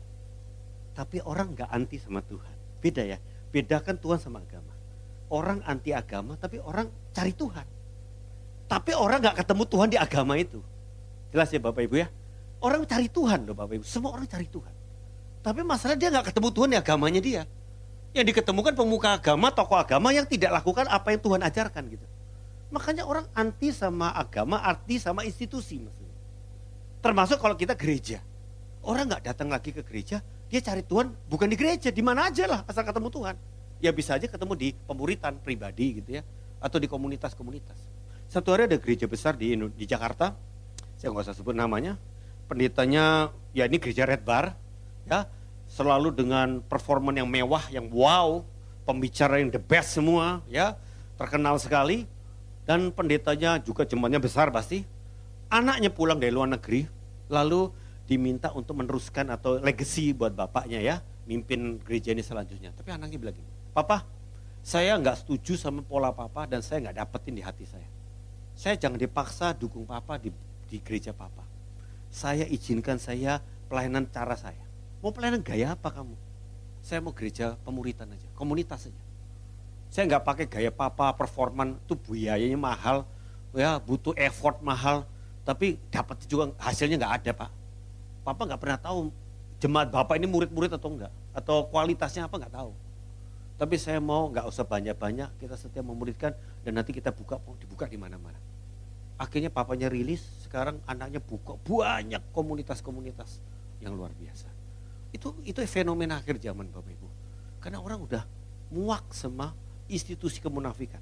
Tapi orang gak anti sama Tuhan. Beda ya, bedakan Tuhan sama agama. Orang anti agama tapi orang cari Tuhan. Tapi orang gak ketemu Tuhan di agama itu. Jelas ya Bapak Ibu ya. Orang cari Tuhan loh Bapak Ibu, semua orang cari Tuhan. Tapi masalah dia gak ketemu Tuhan di agamanya dia. Yang diketemukan pemuka agama, tokoh agama yang tidak lakukan apa yang Tuhan ajarkan gitu. Makanya orang anti sama agama, anti sama institusi maksudnya. Termasuk kalau kita gereja. Orang gak datang lagi ke gereja, dia cari Tuhan bukan di gereja, di mana aja lah asal ketemu Tuhan. Ya bisa aja ketemu di pemuritan pribadi gitu ya. Atau di komunitas-komunitas. Satu hari ada gereja besar di Jakarta, saya nggak usah sebut namanya. Pendetanya, ya ini gereja Red Bar, ya selalu dengan performan yang mewah, yang wow, pembicara yang the best semua, ya terkenal sekali. Dan pendetanya juga jemaatnya besar pasti. Anaknya pulang dari luar negeri, lalu diminta untuk meneruskan atau legacy buat bapaknya ya, mimpin gereja ini selanjutnya. Tapi anaknya bilang gini, Papa, saya nggak setuju sama pola Papa dan saya nggak dapetin di hati saya. Saya jangan dipaksa dukung Papa di gereja Papa. Saya izinkan saya pelayanan cara saya. Mau pelayanan gaya apa kamu? Saya mau gereja pemuritan aja, komunitas aja. Saya nggak pakai gaya Papa, performan itu biayanya mahal, ya butuh effort mahal. Tapi dapat juga hasilnya nggak ada Pak. Papa nggak pernah tahu jemaat Bapak ini murid-murid atau enggak, atau kualitasnya apa nggak tahu. Tapi saya mau nggak usah banyak-banyak, kita setia memuridkan dan nanti kita dibuka di mana-mana. Akhirnya papanya rilis, sekarang anaknya buka banyak komunitas-komunitas yang luar biasa. Itu fenomena akhir zaman Bapak Ibu. Karena orang udah muak sama institusi kemunafikan.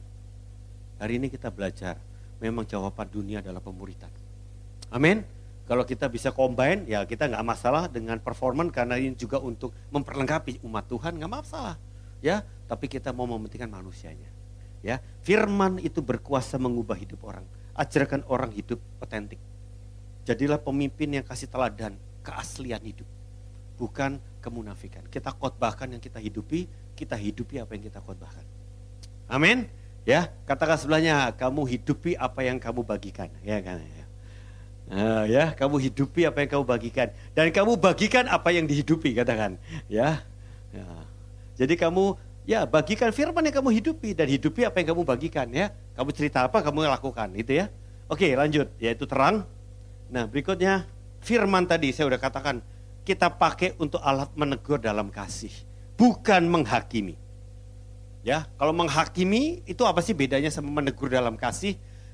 Hari ini kita belajar, memang jawaban dunia adalah pemuritan. Amin. Kalau kita bisa combine, ya kita nggak masalah dengan performan karena ini juga untuk memperlengkapi umat Tuhan, nggak masalah. Ya, tapi kita mau mementingkan manusianya. Ya, firman itu berkuasa mengubah hidup orang. Ajarkan orang hidup otentik. Jadilah pemimpin yang kasih teladan keaslian hidup, bukan kemunafikan. Kita khotbahkan yang kita hidupi apa yang kita khotbahkan. Amin. Ya, katakan sebelahnya, kamu hidupi apa yang kamu bagikan. Ya kan? Ya, kamu hidupi apa yang kamu bagikan dan kamu bagikan apa yang dihidupi, katakan. Ya. Jadi kamu bagikan firman yang kamu hidupi dan hidupi apa yang kamu bagikan ya. Kamu cerita apa, kamu lakukan itu ya. Oke, lanjut, yaitu terang. Nah, berikutnya firman tadi saya udah katakan kita pakai untuk alat menegur dalam kasih, bukan menghakimi. Ya, kalau menghakimi itu apa sih bedanya sama menegur dalam kasih?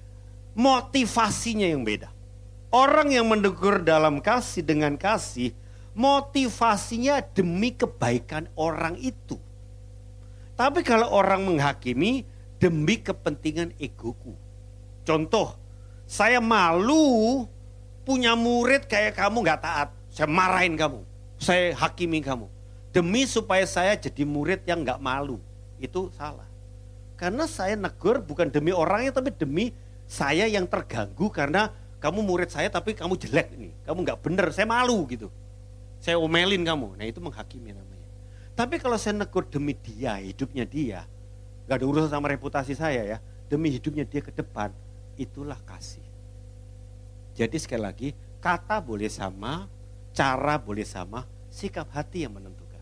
Motivasinya yang beda. Orang yang menegur dalam kasih dengan kasih, motivasinya demi kebaikan orang itu. Tapi kalau orang menghakimi demi kepentingan egoku. Contoh, saya malu punya murid kayak kamu gak taat. Saya marahin kamu, saya hakimi kamu. Demi supaya saya jadi murid yang gak malu. Itu salah. Karena saya negur bukan demi orangnya tapi demi saya yang terganggu karena kamu murid saya tapi kamu jelek nih. Kamu gak bener, saya malu gitu. Saya omelin kamu, nah itu menghakimi namanya. Tapi kalau saya negur demi dia, hidupnya dia, gak ada urusan sama reputasi saya ya, demi hidupnya dia ke depan, itulah kasih. Jadi sekali lagi, kata boleh sama, cara boleh sama, sikap hati yang menentukan.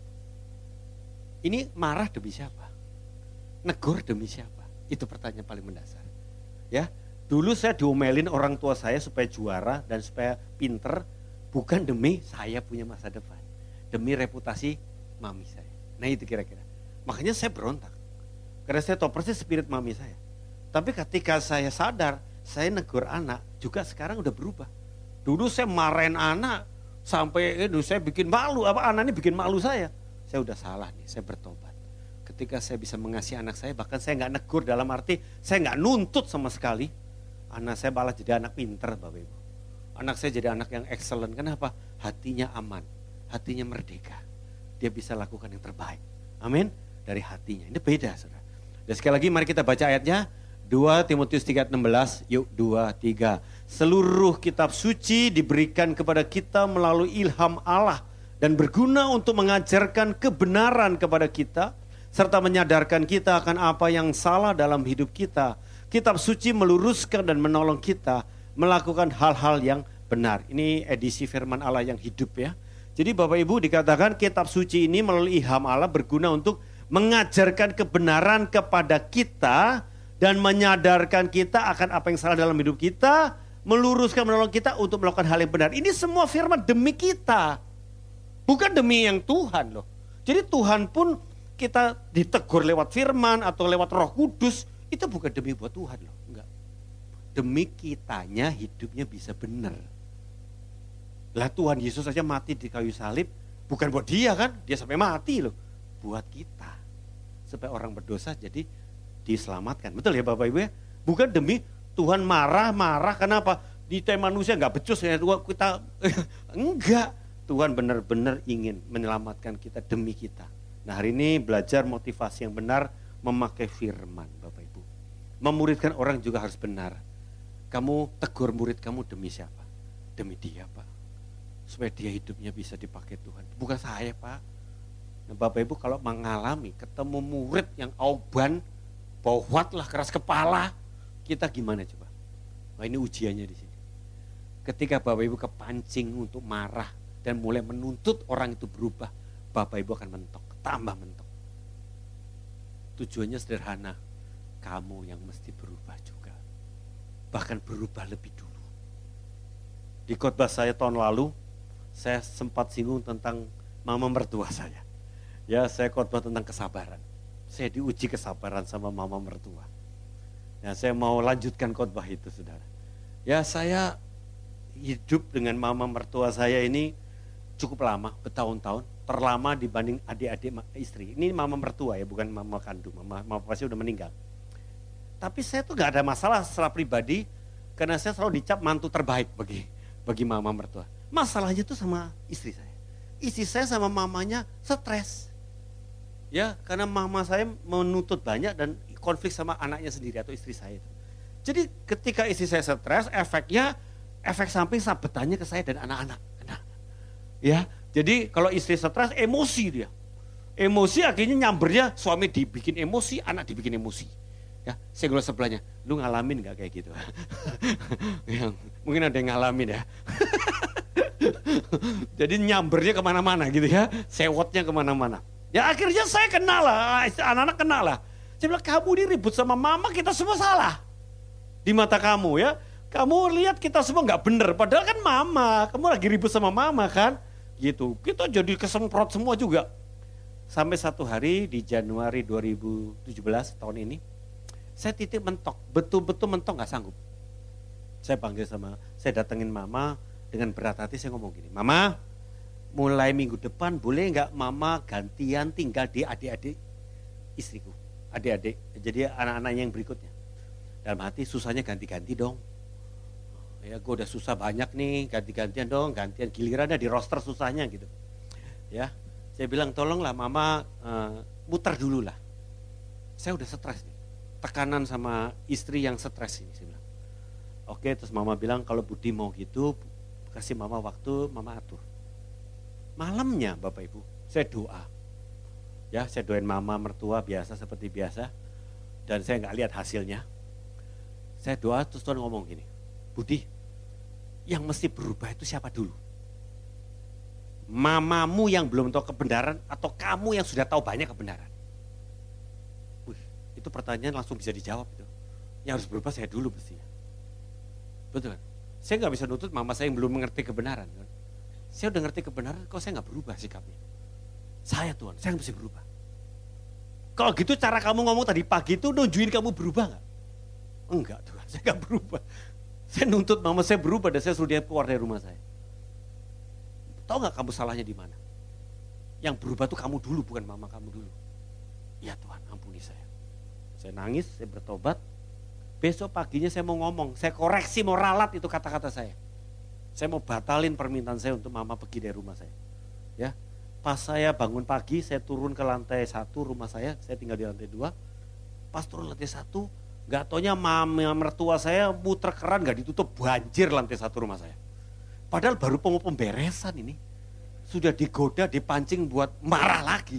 Ini marah demi siapa? Negur demi siapa? Itu pertanyaan paling mendasar. Ya, dulu saya diomelin orang tua saya supaya juara dan supaya pinter, bukan demi saya punya masa depan, demi reputasi mami saya. Nah itu kira-kira. Makanya saya berontak. Karena saya tahu persis spirit mami saya. Tapi ketika saya sadar, saya negur anak, juga sekarang udah berubah. Dulu saya marahin anak, sampai saya bikin malu, anak ini bikin malu saya. Saya udah salah nih, saya bertobat. Ketika saya bisa mengasihi anak saya, bahkan saya nggak negur dalam arti, saya nggak nuntut sama sekali. Anak saya malah jadi anak pinter, Bapak Ibu. Anak saya jadi anak yang excellent. Kenapa? Hatinya aman, hatinya merdeka. Dia bisa lakukan yang terbaik. Amin. Dari hatinya. Ini beda, saudara. Dan sekali lagi mari kita baca ayatnya. 2 Timotius 3:16. Yuk 2, 3. Seluruh kitab suci diberikan kepada kita melalui ilham Allah. Dan berguna untuk mengajarkan kebenaran kepada kita. Serta menyadarkan kita akan apa yang salah dalam hidup kita. Kitab suci meluruskan dan menolong kita melakukan hal-hal yang benar. Ini edisi firman Allah yang hidup ya. Jadi Bapak Ibu dikatakan kitab suci ini melalui ilham Allah berguna untuk mengajarkan kebenaran kepada kita dan menyadarkan kita akan apa yang salah dalam hidup kita, meluruskan, menolong kita untuk melakukan hal yang benar. Ini semua firman demi kita, bukan demi yang Tuhan loh. Jadi Tuhan pun kita ditegur lewat firman atau lewat Roh Kudus, itu bukan demi buat Tuhan loh, enggak. Demi kitanya hidupnya bisa benar. Lah Tuhan Yesus saja mati di kayu salib, bukan buat dia kan, dia sampai mati loh. Buat kita, supaya orang berdosa jadi diselamatkan. Betul ya Bapak Ibu ya? Bukan demi Tuhan marah-marah, kenapa? Di manusia enggak becus ya, kita enggak. Tuhan benar-benar ingin menyelamatkan kita demi kita. Nah hari ini belajar motivasi yang benar, memakai firman Bapak Ibu. Memuridkan orang juga harus benar. Kamu tegur murid kamu demi siapa? Demi dia Pak. Supaya dia hidupnya bisa dipakai Tuhan. Bukan saya Pak. Nah Bapak Ibu kalau mengalami ketemu murid yang auban, bauhat lah, keras kepala. Kita gimana coba? Nah ini ujiannya di sini. Ketika Bapak Ibu kepancing untuk marah dan mulai menuntut orang itu berubah, Bapak Ibu akan mentok, tambah mentok. Tujuannya sederhana, kamu yang mesti berubah juga. Bahkan berubah lebih dulu. Di khotbah saya tahun lalu, saya sempat singgung tentang mama mertua saya. Ya, saya khotbah tentang kesabaran. Saya diuji kesabaran sama mama mertua. Ya, saya mau lanjutkan khotbah itu, saudara. Ya, saya hidup dengan mama mertua saya ini cukup lama, bertahun-tahun. Terlama dibanding adik-adik istri. Ini mama mertua ya, bukan mama kandung. Mama pasti udah meninggal. Tapi saya tuh gak ada masalah secara pribadi, karena saya selalu dicap mantu terbaik bagi mama mertua. Masalahnya tuh sama istri saya. Istri saya sama mamanya stres. Ya, karena mama saya menuntut banyak dan konflik sama anaknya sendiri atau istri saya. Jadi ketika istri saya stres, efek samping sabetannya ke saya dan anak-anak. Nah, ya, jadi kalau istri stres, emosi dia. Emosi akhirnya nyambernya, suami dibikin emosi, anak dibikin emosi. Ya, saya bilang sebelahnya, lu ngalamin gak kayak gitu? Mungkin ada yang ngalamin ya. Jadi nyambernya kemana-mana gitu ya, sewotnya kemana-mana. Ya akhirnya saya kenal lah, anak-anak kenal lah. Saya bilang, kamu ini ribut sama mama, kita semua salah. Di mata kamu ya, kamu lihat kita semua gak bener. Padahal kan mama, kamu lagi ribut sama mama kan. Gitu, kita jadi kesemprot semua juga. Sampai satu hari di Januari 2017 tahun ini, saya titik mentok, betul-betul mentok gak sanggup. Saya panggil saya datengin mama dengan berat hati, saya ngomong gini, Mama, mulai minggu depan boleh gak mama gantian tinggal di adik-adik istriku, adik-adik, jadi anak-anaknya yang berikutnya. Dalam hati susahnya ganti-ganti dong. Ya gue udah susah banyak nih, ganti-gantian dong, gantian gilirannya di roster susahnya gitu. Ya, saya bilang tolonglah mama muter dulu lah. Saya udah stres nih, tekanan sama istri yang stres ini, saya bilang. Oke, terus mama bilang kalau Budi mau gitu, kasih mama waktu, mama atur. Malamnya Bapak Ibu, saya doa. Ya, saya doain mama mertua biasa seperti biasa. Dan saya gak lihat hasilnya. Saya doa terus Tuhan ngomong gini, Budi, yang mesti berubah itu siapa dulu? Mamamu yang belum tahu kebenaran atau kamu yang sudah tahu banyak kebenaran? Itu pertanyaan langsung bisa dijawab itu. Yang harus berubah saya dulu mestinya. Betul kan? Saya gak bisa nuntut mama saya yang belum mengerti kebenaran. Kan? Saya udah ngerti kebenaran, kok saya gak berubah sikapnya. Saya Tuhan, saya yang mesti berubah. Kalau gitu cara kamu ngomong tadi pagi itu nunjukin kamu berubah gak? Enggak Tuhan, saya gak berubah. Saya nuntut mama saya berubah dan saya suruh dia keluar dari rumah saya. Tahu gak kamu salahnya di mana? Yang berubah tuh kamu dulu, bukan mama kamu dulu. Ya Tuhan, ampuni saya. Saya nangis, saya bertobat. Besok paginya saya mau ngomong, saya koreksi, mau ralat itu kata-kata saya. Saya mau batalin permintaan saya untuk mama pergi dari rumah saya. Ya, pas saya bangun pagi, saya turun ke lantai 1 rumah saya tinggal di lantai 2. Pas turun lantai 1, gak taunya mama mertua saya muter keran gak ditutup, banjir lantai 1 rumah saya. Padahal baru mau pemberesan ini. Sudah digoda, dipancing buat marah lagi.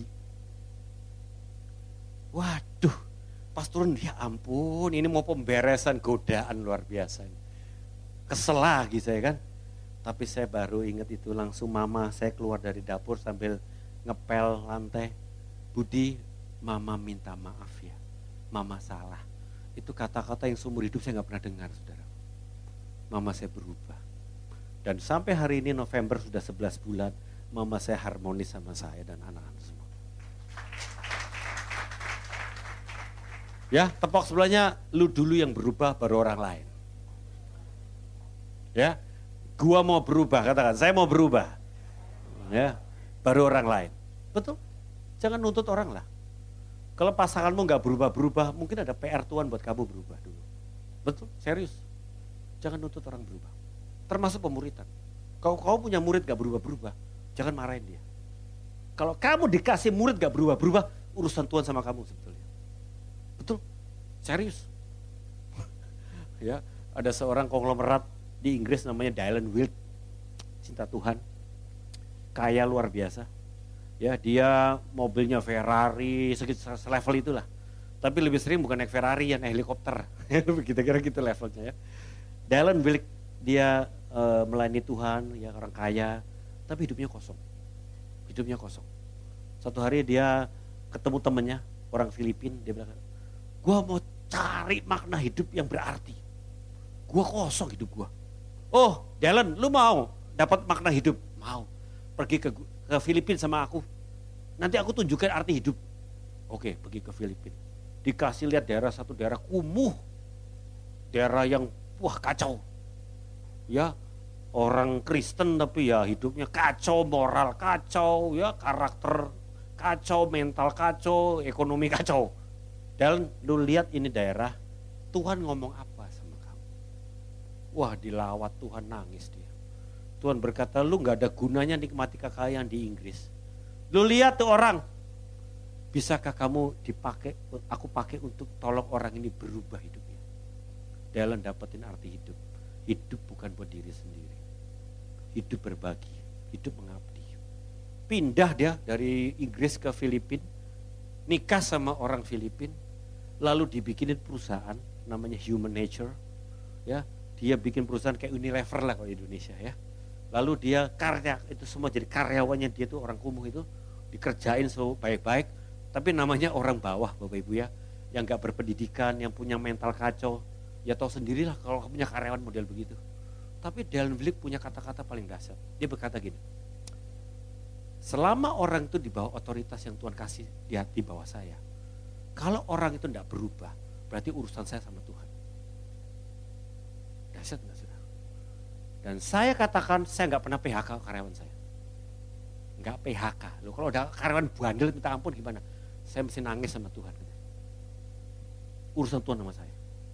Waduh, pas turun ya ampun, ini mau pemberesan, godaan luar biasa. Kesel lagi saya kan. Tapi saya baru ingat itu, langsung mama saya keluar dari dapur sambil ngepel lantai. Budi, mama minta maaf ya, mama salah. Itu kata-kata yang seumur hidup saya gak pernah dengar, saudara. Mama saya berubah. Dan sampai hari ini November sudah 11 bulan, mama saya harmonis sama saya dan anak-anak semua. Ya, tepok sebelahnya, lu dulu yang berubah baru orang lain. Ya, gua mau berubah, katakan saya mau berubah. Ya, baru orang lain. Betul? Jangan nuntut orang lah. Kalau pasanganmu gak berubah-berubah, mungkin ada PR Tuhan buat kamu berubah dulu. Betul? Serius. Jangan nuntut orang berubah. Termasuk pemuritan. Kalau kamu punya murid gak berubah-berubah, jangan marahin dia. Kalau kamu dikasih murid gak berubah-berubah, urusan Tuhan sama kamu sebetulnya. Betul? Serius. Ya, ada seorang konglomerat di Inggris namanya Dylan Wild. Cinta Tuhan. Kaya luar biasa. Ya, dia mobilnya Ferrari, selevel itulah. Tapi lebih sering bukan naik Ferrari, ya naik helikopter. Kira-kira gitu levelnya ya. Dylan Wild, dia melayani Tuhan, ya orang kaya, tapi hidupnya kosong. Hidupnya kosong. Satu hari dia ketemu temennya, orang Filipina, dia bilang, gua mau cari makna hidup yang berarti. Gua kosong hidup gua. Oh, Dylan, lu mau dapat makna hidup? Mau. Pergi ke Filipina sama aku. Nanti aku tunjukkan arti hidup. Oke, pergi ke Filipina. Dikasih lihat satu daerah kumuh. Daerah yang wah kacau. Ya, orang Kristen tapi ya hidupnya kacau, moral kacau, ya karakter kacau, mental kacau, ekonomi kacau. Dan lu lihat ini daerah, Tuhan ngomong apa sama kamu? Wah, dilawat Tuhan, nangis dia. Tuhan berkata, lu gak ada gunanya nikmati kekayaan di Inggris. Lu lihat tuh orang, bisakah kamu dipakai, aku pakai untuk tolong orang ini berubah hidupnya. Dalam dapetin arti hidup. Hidup bukan buat diri sendiri. Hidup berbagi, hidup mengabdi. Pindah dia dari Inggris ke Filipina, nikah sama orang Filipina, lalu dibikinin perusahaan namanya Human Nature. Ya, dia bikin perusahaan kayak Unilever lah kalau di Indonesia ya. Lalu dia karya, itu semua jadi karyawannya dia tuh orang kumuh itu, dikerjain baik-baik, tapi namanya orang bawah Bapak Ibu ya, yang gak berpendidikan, yang punya mental kacau. Ya tahu sendirilah kalau punya karyawan model begitu. Tapi Dylan Wild punya kata-kata paling dasar. Dia berkata gini, selama orang itu di bawah otoritas yang Tuhan kasih di bawah saya, kalau orang itu tidak berubah, berarti urusan saya sama Tuhan. Dahsyat enggak saudara? Dan saya katakan saya nggak pernah PHK karyawan saya. Nggak PHK. Loh, kalau ada karyawan bandel minta ampun gimana? Saya mesti nangis sama Tuhan. Urusan Tuhan sama saya.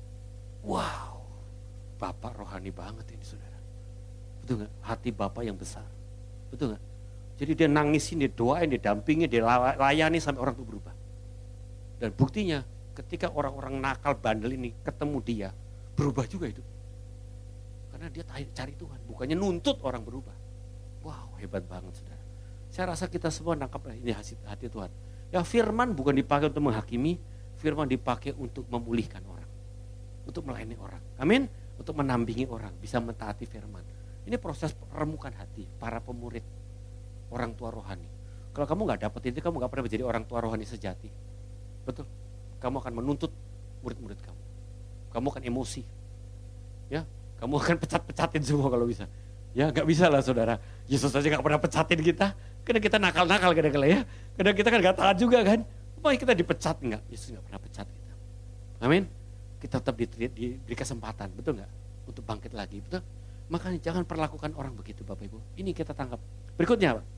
Wow, Bapak rohani banget ini saudara. Betul gak? Hati Bapak yang besar. Betul gak? Jadi dia nangisin, dia doain, dia dampingin, dia layani sampai orang itu berubah. Dan buktinya ketika orang-orang nakal bandel ini ketemu dia, berubah juga hidup. Karena dia cari Tuhan, bukannya nuntut orang berubah. Wow, hebat banget saudara. Saya rasa kita semua nangkap ini hati Tuhan. Ya, firman bukan dipakai untuk menghakimi, firman dipakai untuk memulihkan orang. Untuk melayani orang, amin. Untuk menampingi orang, bisa mentaati firman. Ini proses remukan hati para pemurid, orang tua rohani. Kalau kamu gak dapet itu, kamu gak pernah menjadi orang tua rohani sejati. Betul, kamu akan menuntut murid-murid kamu. Kamu akan emosi, ya. Kamu akan pecat-pecatin semua kalau bisa. Ya gak bisa lah saudara, Yesus aja gak pernah pecatin kita. Karena kita nakal-nakal kadang-kadang ya. Kadang kita kan gak taat juga kan. Mau kita dipecat enggak? Yesus enggak pernah pecat kita. Amin. Kita tetap diberi kesempatan, betul enggak? Untuk bangkit lagi, betul? Makanya jangan perlakukan orang begitu Bapak Ibu. Ini kita tangkap. Berikutnya Pak.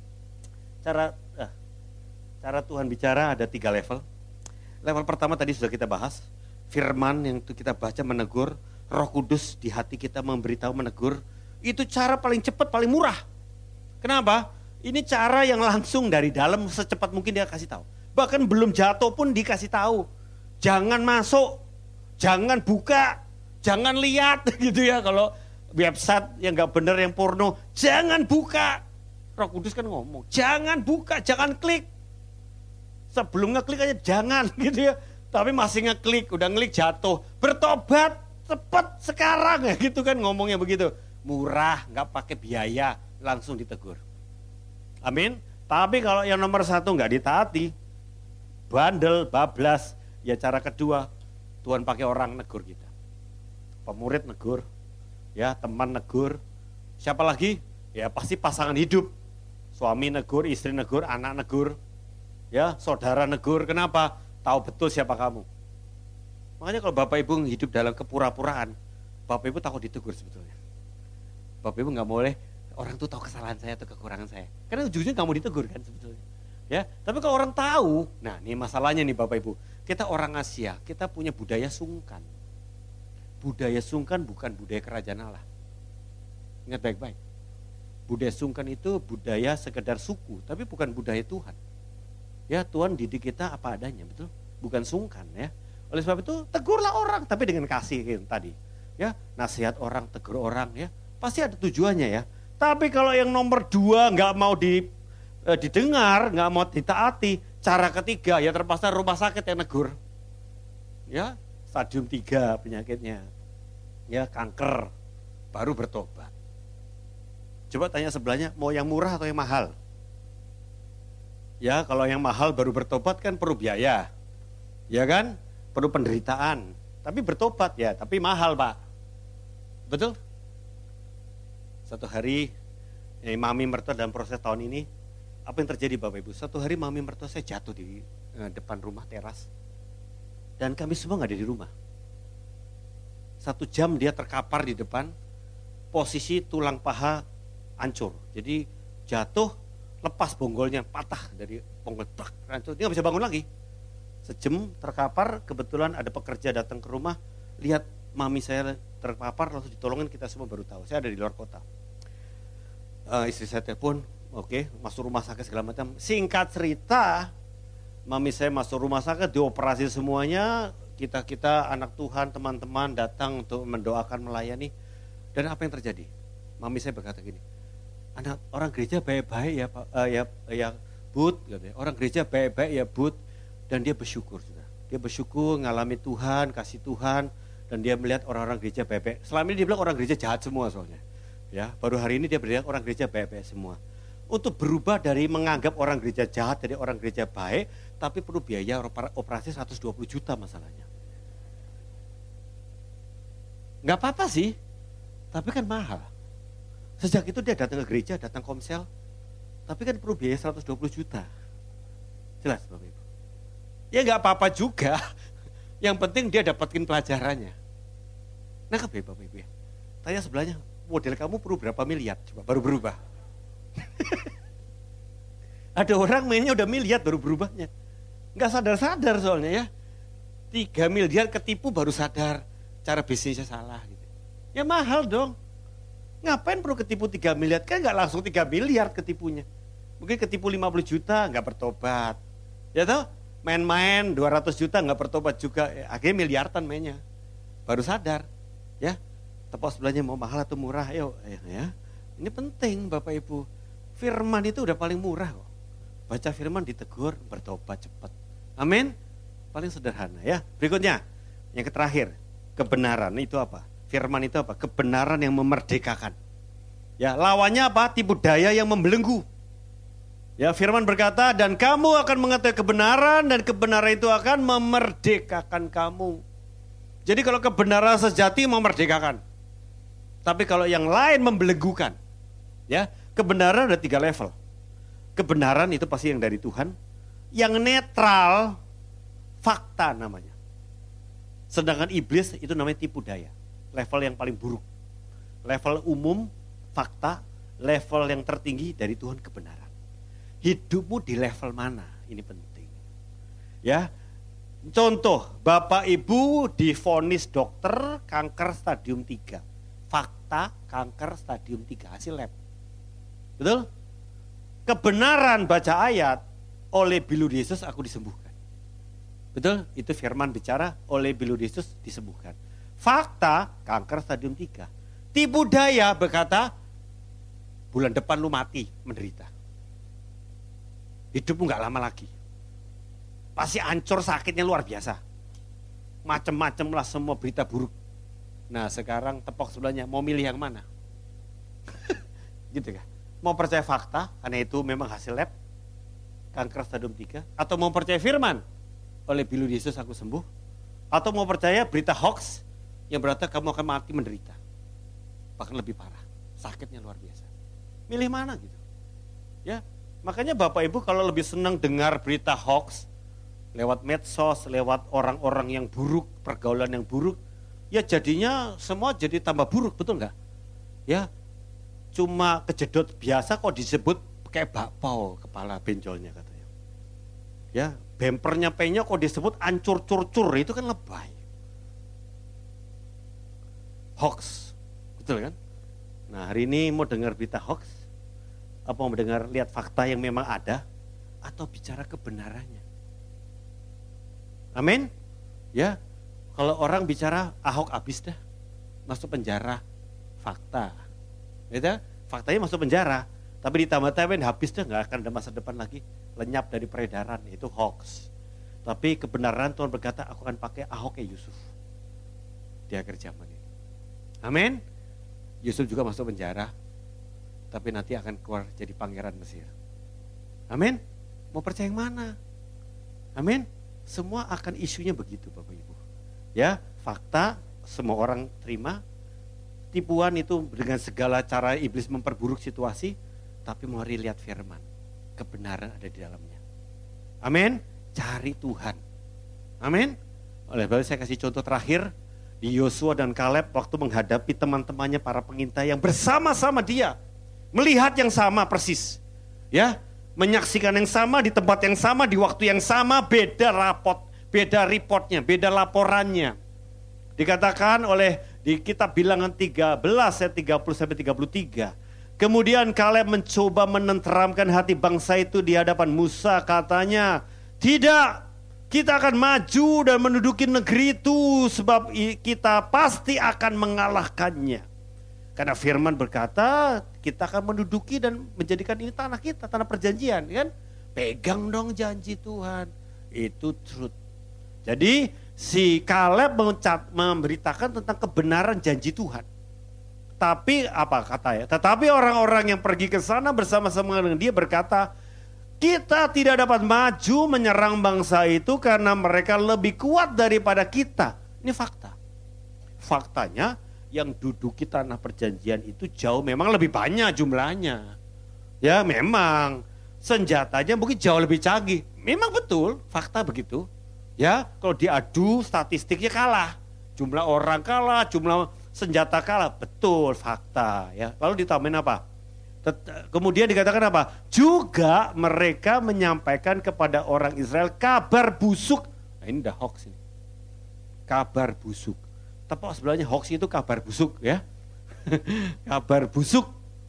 Cara Tuhan bicara ada 3 level. Level pertama tadi sudah kita bahas. Firman yang kita baca menegur. Roh Kudus di hati kita memberitahu menegur. Itu cara paling cepat, paling murah. Kenapa? Ini cara yang langsung dari dalam secepat mungkin dia kasih tahu. Bahkan belum jatuh pun dikasih tahu. Jangan masuk, jangan buka, jangan lihat gitu ya. Kalau website yang gak benar, yang porno, jangan buka. Roh Kudus kan ngomong, jangan buka, jangan klik. Sebelum ngeklik aja jangan gitu ya. Tapi masih ngeklik, udah ngeklik jatuh. Bertobat, cepat sekarang ya gitu kan ngomongnya begitu. Murah, gak pakai biaya, langsung ditegur. Amin. Tapi kalau yang nomor 1 gak ditaati, bandel, bablas, ya cara kedua, Tuhan pakai orang negur kita. Pemurid negur, ya teman negur, siapa lagi? Ya pasti pasangan hidup. Suami negur, istri negur, anak negur, ya saudara negur. Kenapa? Tahu betul siapa kamu. Makanya kalau Bapak Ibu hidup dalam kepura-puraan, Bapak Ibu takut ditegur sebetulnya. Bapak Ibu nggak boleh orang tuh tahu kesalahan saya atau kekurangan saya. Karena ujungnya kamu ditegur kan sebetulnya. Ya, tapi kalau orang tahu, nah ini masalahnya nih Bapak Ibu. Kita orang Asia, kita punya budaya sungkan. Budaya sungkan bukan budaya kerajaan Allah. Ingat baik-baik. Budaya sungkan itu budaya sekedar suku, tapi bukan budaya Tuhan. Ya, Tuhan didik kita apa adanya, betul? Bukan sungkan ya. Oleh sebab itu tegurlah orang, tapi dengan kasih gitu, tadi. Ya, nasihat orang, tegur orang ya. Pasti ada tujuannya ya. Tapi kalau yang nomor 2 nggak mau didengar, nggak mau ditaati, cara ketiga ya terpaksa rumah sakit yang negur. Ya, stadium 3 penyakitnya. Ya, kanker, baru bertobat. Coba tanya sebelahnya, mau yang murah atau yang mahal? Ya, kalau yang mahal baru bertobat kan perlu biaya. Ya kan? Perlu penderitaan. Tapi bertobat ya, tapi mahal Pak. Betul? Satu hari, mami mertua dalam proses tahun ini, apa yang terjadi Bapak Ibu? Satu hari mami mertua saya jatuh di depan rumah teras. Dan kami semua gak ada di rumah. 1 jam dia terkapar di depan, posisi tulang paha hancur. Jadi jatuh, lepas bonggolnya, patah dari bonggol, hancur. Dia gak bisa bangun lagi. Sejam terkapar, kebetulan ada pekerja datang ke rumah, lihat mami saya terkapar, langsung ditolongin, kita semua baru tahu. Saya ada di luar kota. Istri saya telepon, oke, masuk rumah sakit segala macam. Singkat cerita, mami saya masuk rumah sakit, dioperasi semuanya. Kita anak Tuhan, teman-teman datang untuk mendoakan, melayani. Dan apa yang terjadi? Mami saya berkata gini, anak orang gereja baik-baik ya Pak, ya Bud, katanya. Orang gereja baik-baik ya Bud, dan dia bersyukur sudah. Dia bersyukur ngalami Tuhan, kasih Tuhan, dan dia melihat orang-orang gereja baik-baik. Selama ini dia bilang orang gereja jahat semua soalnya. Ya, baru hari ini dia melihat orang gereja baik-baik semua. Untuk berubah dari menganggap orang gereja jahat dari orang gereja baik, tapi perlu biaya operasi 120 juta masalahnya. Nggak apa-apa sih, tapi kan mahal. Sejak itu dia datang ke gereja, datang komsel, tapi kan perlu biaya 120 juta. Jelas Bapak Ibu? Ya nggak apa-apa juga, yang penting dia dapatin pelajarannya. Nah ya Bapak Ibu ya, tanya sebelahnya, model kamu perlu berapa miliar, coba baru berubah. Ada orang mainnya udah miliar baru berubahnya. Nggak sadar-sadar soalnya ya. 3 miliar ketipu baru sadar cara bisnisnya salah gitu. Ya mahal dong. Ngapain perlu ketipu 3 miliar? Kan nggak langsung 3 miliar ketipunya. Mungkin ketipu 50 juta nggak bertobat. Ya toh, main-main 200 juta nggak bertobat juga. Akhirnya miliaran mainnya. Baru sadar. Ya, tepuk sebelahnya mau mahal atau murah. Ayo ya. Ini penting Bapak Ibu. Firman itu udah paling murah kok. Baca firman ditegur, bertobat cepat. Amin. Paling sederhana ya. Berikutnya, yang terakhir, kebenaran itu apa? Firman itu apa? Kebenaran yang memerdekakan. Ya, lawannya apa? Tipu daya yang membelenggu. Ya, firman berkata, dan kamu akan mengetahui kebenaran dan kebenaran itu akan memerdekakan kamu. Jadi kalau kebenaran sejati memerdekakan. Tapi kalau yang lain membelenggukan. Ya, kebenaran ada 3 level. Kebenaran itu pasti yang dari Tuhan. Yang netral fakta namanya. Sedangkan iblis itu namanya tipu daya. Level yang paling buruk. Level umum, fakta, level yang tertinggi dari Tuhan kebenaran. Hidupmu di level mana? Ini penting. Ya. Contoh, Bapak Ibu divonis dokter kanker stadium 3. Fakta kanker stadium 3 hasil lab. Betul? Kebenaran baca ayat, oleh bilur Yesus aku disembuhkan. Betul? Itu firman bicara, oleh bilur Yesus disembuhkan. Fakta kanker stadium 3. Tipu daya berkata, bulan depan lu mati, menderita. Hidupmu gak lama lagi. Pasti hancur, sakitnya luar biasa. Macem-macem lah semua berita buruk. Nah sekarang tepok sebelahnya, mau milih yang mana? Gitu kan? Mau percaya fakta, karena itu memang hasil lab, kanker stadium 3. Atau mau percaya firman, oleh bilur Yesus aku sembuh. Atau mau percaya berita hoax, yang berarti kamu akan mati menderita. Bahkan lebih parah, sakitnya luar biasa. Milih mana gitu? Ya, makanya Bapak Ibu kalau lebih senang dengar berita hoax, lewat medsos, lewat orang-orang yang buruk, pergaulan yang buruk, ya jadinya semua jadi tambah buruk, betul nggak? Ya, cuma kejedot biasa kok disebut kayak bakpao kepala benjolnya katanya. Ya, bempernya penyok kok disebut ancur curcur, itu kan lebay. Hoax, betul kan? Nah hari ini mau dengar berita hoax, apa mau dengar lihat fakta yang memang ada, atau bicara kebenarannya? Amin. Ya, kalau orang bicara Ahok habis dah, masuk penjara, fakta. Gitu? Faktanya masuk penjara, tapi ditambah-tambahin habis dah, nggak akan ada masa depan lagi, lenyap dari peredaran, itu hoax. Tapi kebenaran Tuhan berkata, aku akan pakai Ahok kayak Yusuf di akhir zaman ini. Amin. Yusuf juga masuk penjara, tapi nanti akan keluar jadi pangeran Mesir. Amin. Mau percaya yang mana? Amin. Semua akan isunya begitu Bapak Ibu. Ya, fakta semua orang terima. Tipuan itu dengan segala cara iblis memperburuk situasi. Tapi mari lihat firman. Kebenaran ada di dalamnya. Amin. Cari Tuhan. Amin. Oleh sebab saya kasih contoh terakhir. Di Yosua dan Kaleb waktu menghadapi teman-temannya para pengintai yang bersama-sama dia. Melihat yang sama persis. Ya. Menyaksikan yang sama, di tempat yang sama, di waktu yang sama, beda reportnya, beda laporannya. Dikatakan oleh di kitab Bilangan 13 ayat 30-33. Kemudian Kaleb mencoba menenteramkan hati bangsa itu di hadapan Musa, katanya, tidak, kita akan maju dan menduduki negeri itu sebab kita pasti akan mengalahkannya. Karena firman berkata, kita akan menduduki dan menjadikan ini tanah kita, tanah perjanjian, kan? Pegang dong janji Tuhan. Itu truth. Jadi si Kaleb memberitakan tentang kebenaran janji Tuhan. Tapi apa katanya? Tetapi orang-orang yang pergi ke sana bersama-sama dengan dia berkata, kita tidak dapat maju menyerang bangsa itu karena mereka lebih kuat daripada kita. Ini fakta. Faktanya, yang duduki tanah perjanjian itu jauh memang lebih banyak jumlahnya. Ya memang senjatanya mungkin jauh lebih canggih. Memang betul, fakta begitu. Ya kalau diadu statistiknya kalah. Jumlah orang kalah, jumlah senjata kalah. Betul, fakta. Ya. Lalu ditambahin apa? Kemudian dikatakan apa? Juga mereka menyampaikan kepada orang Israel kabar busuk. Nah ini udah hoax ini. Kabar busuk. Tepuk sebelahnya hoax itu kabar busuk ya. Kabar busuk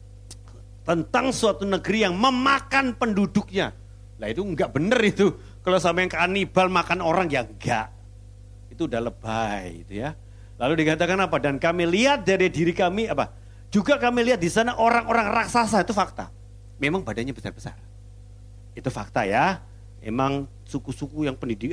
tentang suatu negeri yang memakan penduduknya. Lah itu enggak benar itu. Kalau sampai yang kanibal makan orang ya enggak. Itu udah lebay itu ya. Lalu dikatakan apa? Dan kami lihat dari diri kami apa? Juga kami lihat di sana orang-orang raksasa, itu fakta. Memang badannya besar-besar. Itu fakta ya. Emang suku-suku yang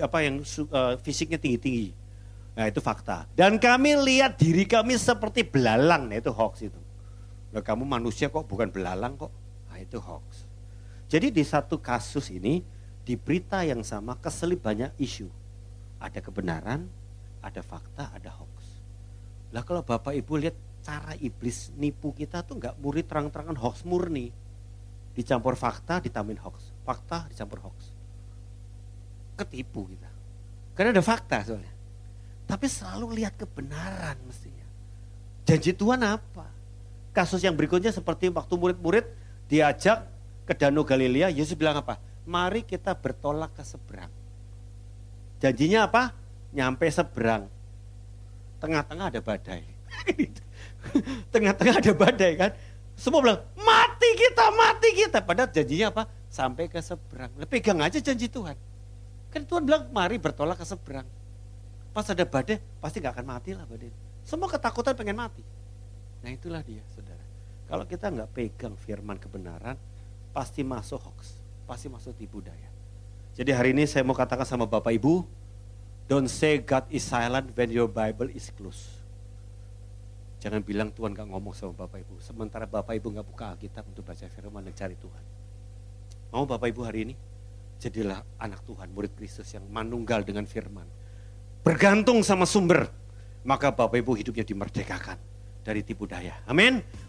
fisiknya tinggi-tinggi. Nah itu fakta. Dan kami lihat diri kami seperti belalang. Nah itu hoax itu. Nah, kamu manusia kok bukan belalang kok. Nah itu hoax. Jadi di satu kasus ini, di berita yang sama keselip banyak isu. Ada kebenaran, ada fakta, ada hoax. Lah kalau Bapak Ibu lihat cara iblis nipu kita tuh gak murid terang-terangan hoax murni. Dicampur fakta, ditambahin hoax. Fakta, dicampur hoax. Ketipu kita. Karena ada fakta soalnya. Tapi selalu lihat kebenaran mestinya. Janji Tuhan apa? Kasus yang berikutnya seperti waktu murid-murid diajak ke Danau Galilea, Yesus bilang apa? Mari kita bertolak ke seberang. Janjinya apa? Nyampe seberang. Tengah-tengah ada badai. Tengah-tengah ada badai kan. Semua bilang, mati kita. Padahal janjinya apa? Sampai ke seberang. Pegang aja janji Tuhan. Kan Tuhan bilang, mari bertolak ke seberang. Pas ada badai, pasti gak akan mati lah badai. Semua ketakutan pengen mati. Nah itulah dia, saudara. Kalau kita gak pegang firman kebenaran, pasti masuk hoax. Pasti masuk tipu daya. Jadi hari ini saya mau katakan sama Bapak Ibu, don't say God is silent when your Bible is closed. Jangan bilang Tuhan gak ngomong sama Bapak Ibu. Sementara Bapak Ibu gak buka Alkitab untuk baca firman dan cari Tuhan. Mau Bapak Ibu hari ini? Jadilah anak Tuhan, murid Kristus yang manunggal dengan firman. Bergantung sama sumber. Maka Bapak Ibu hidupnya dimerdekakan dari tipu daya. Amin.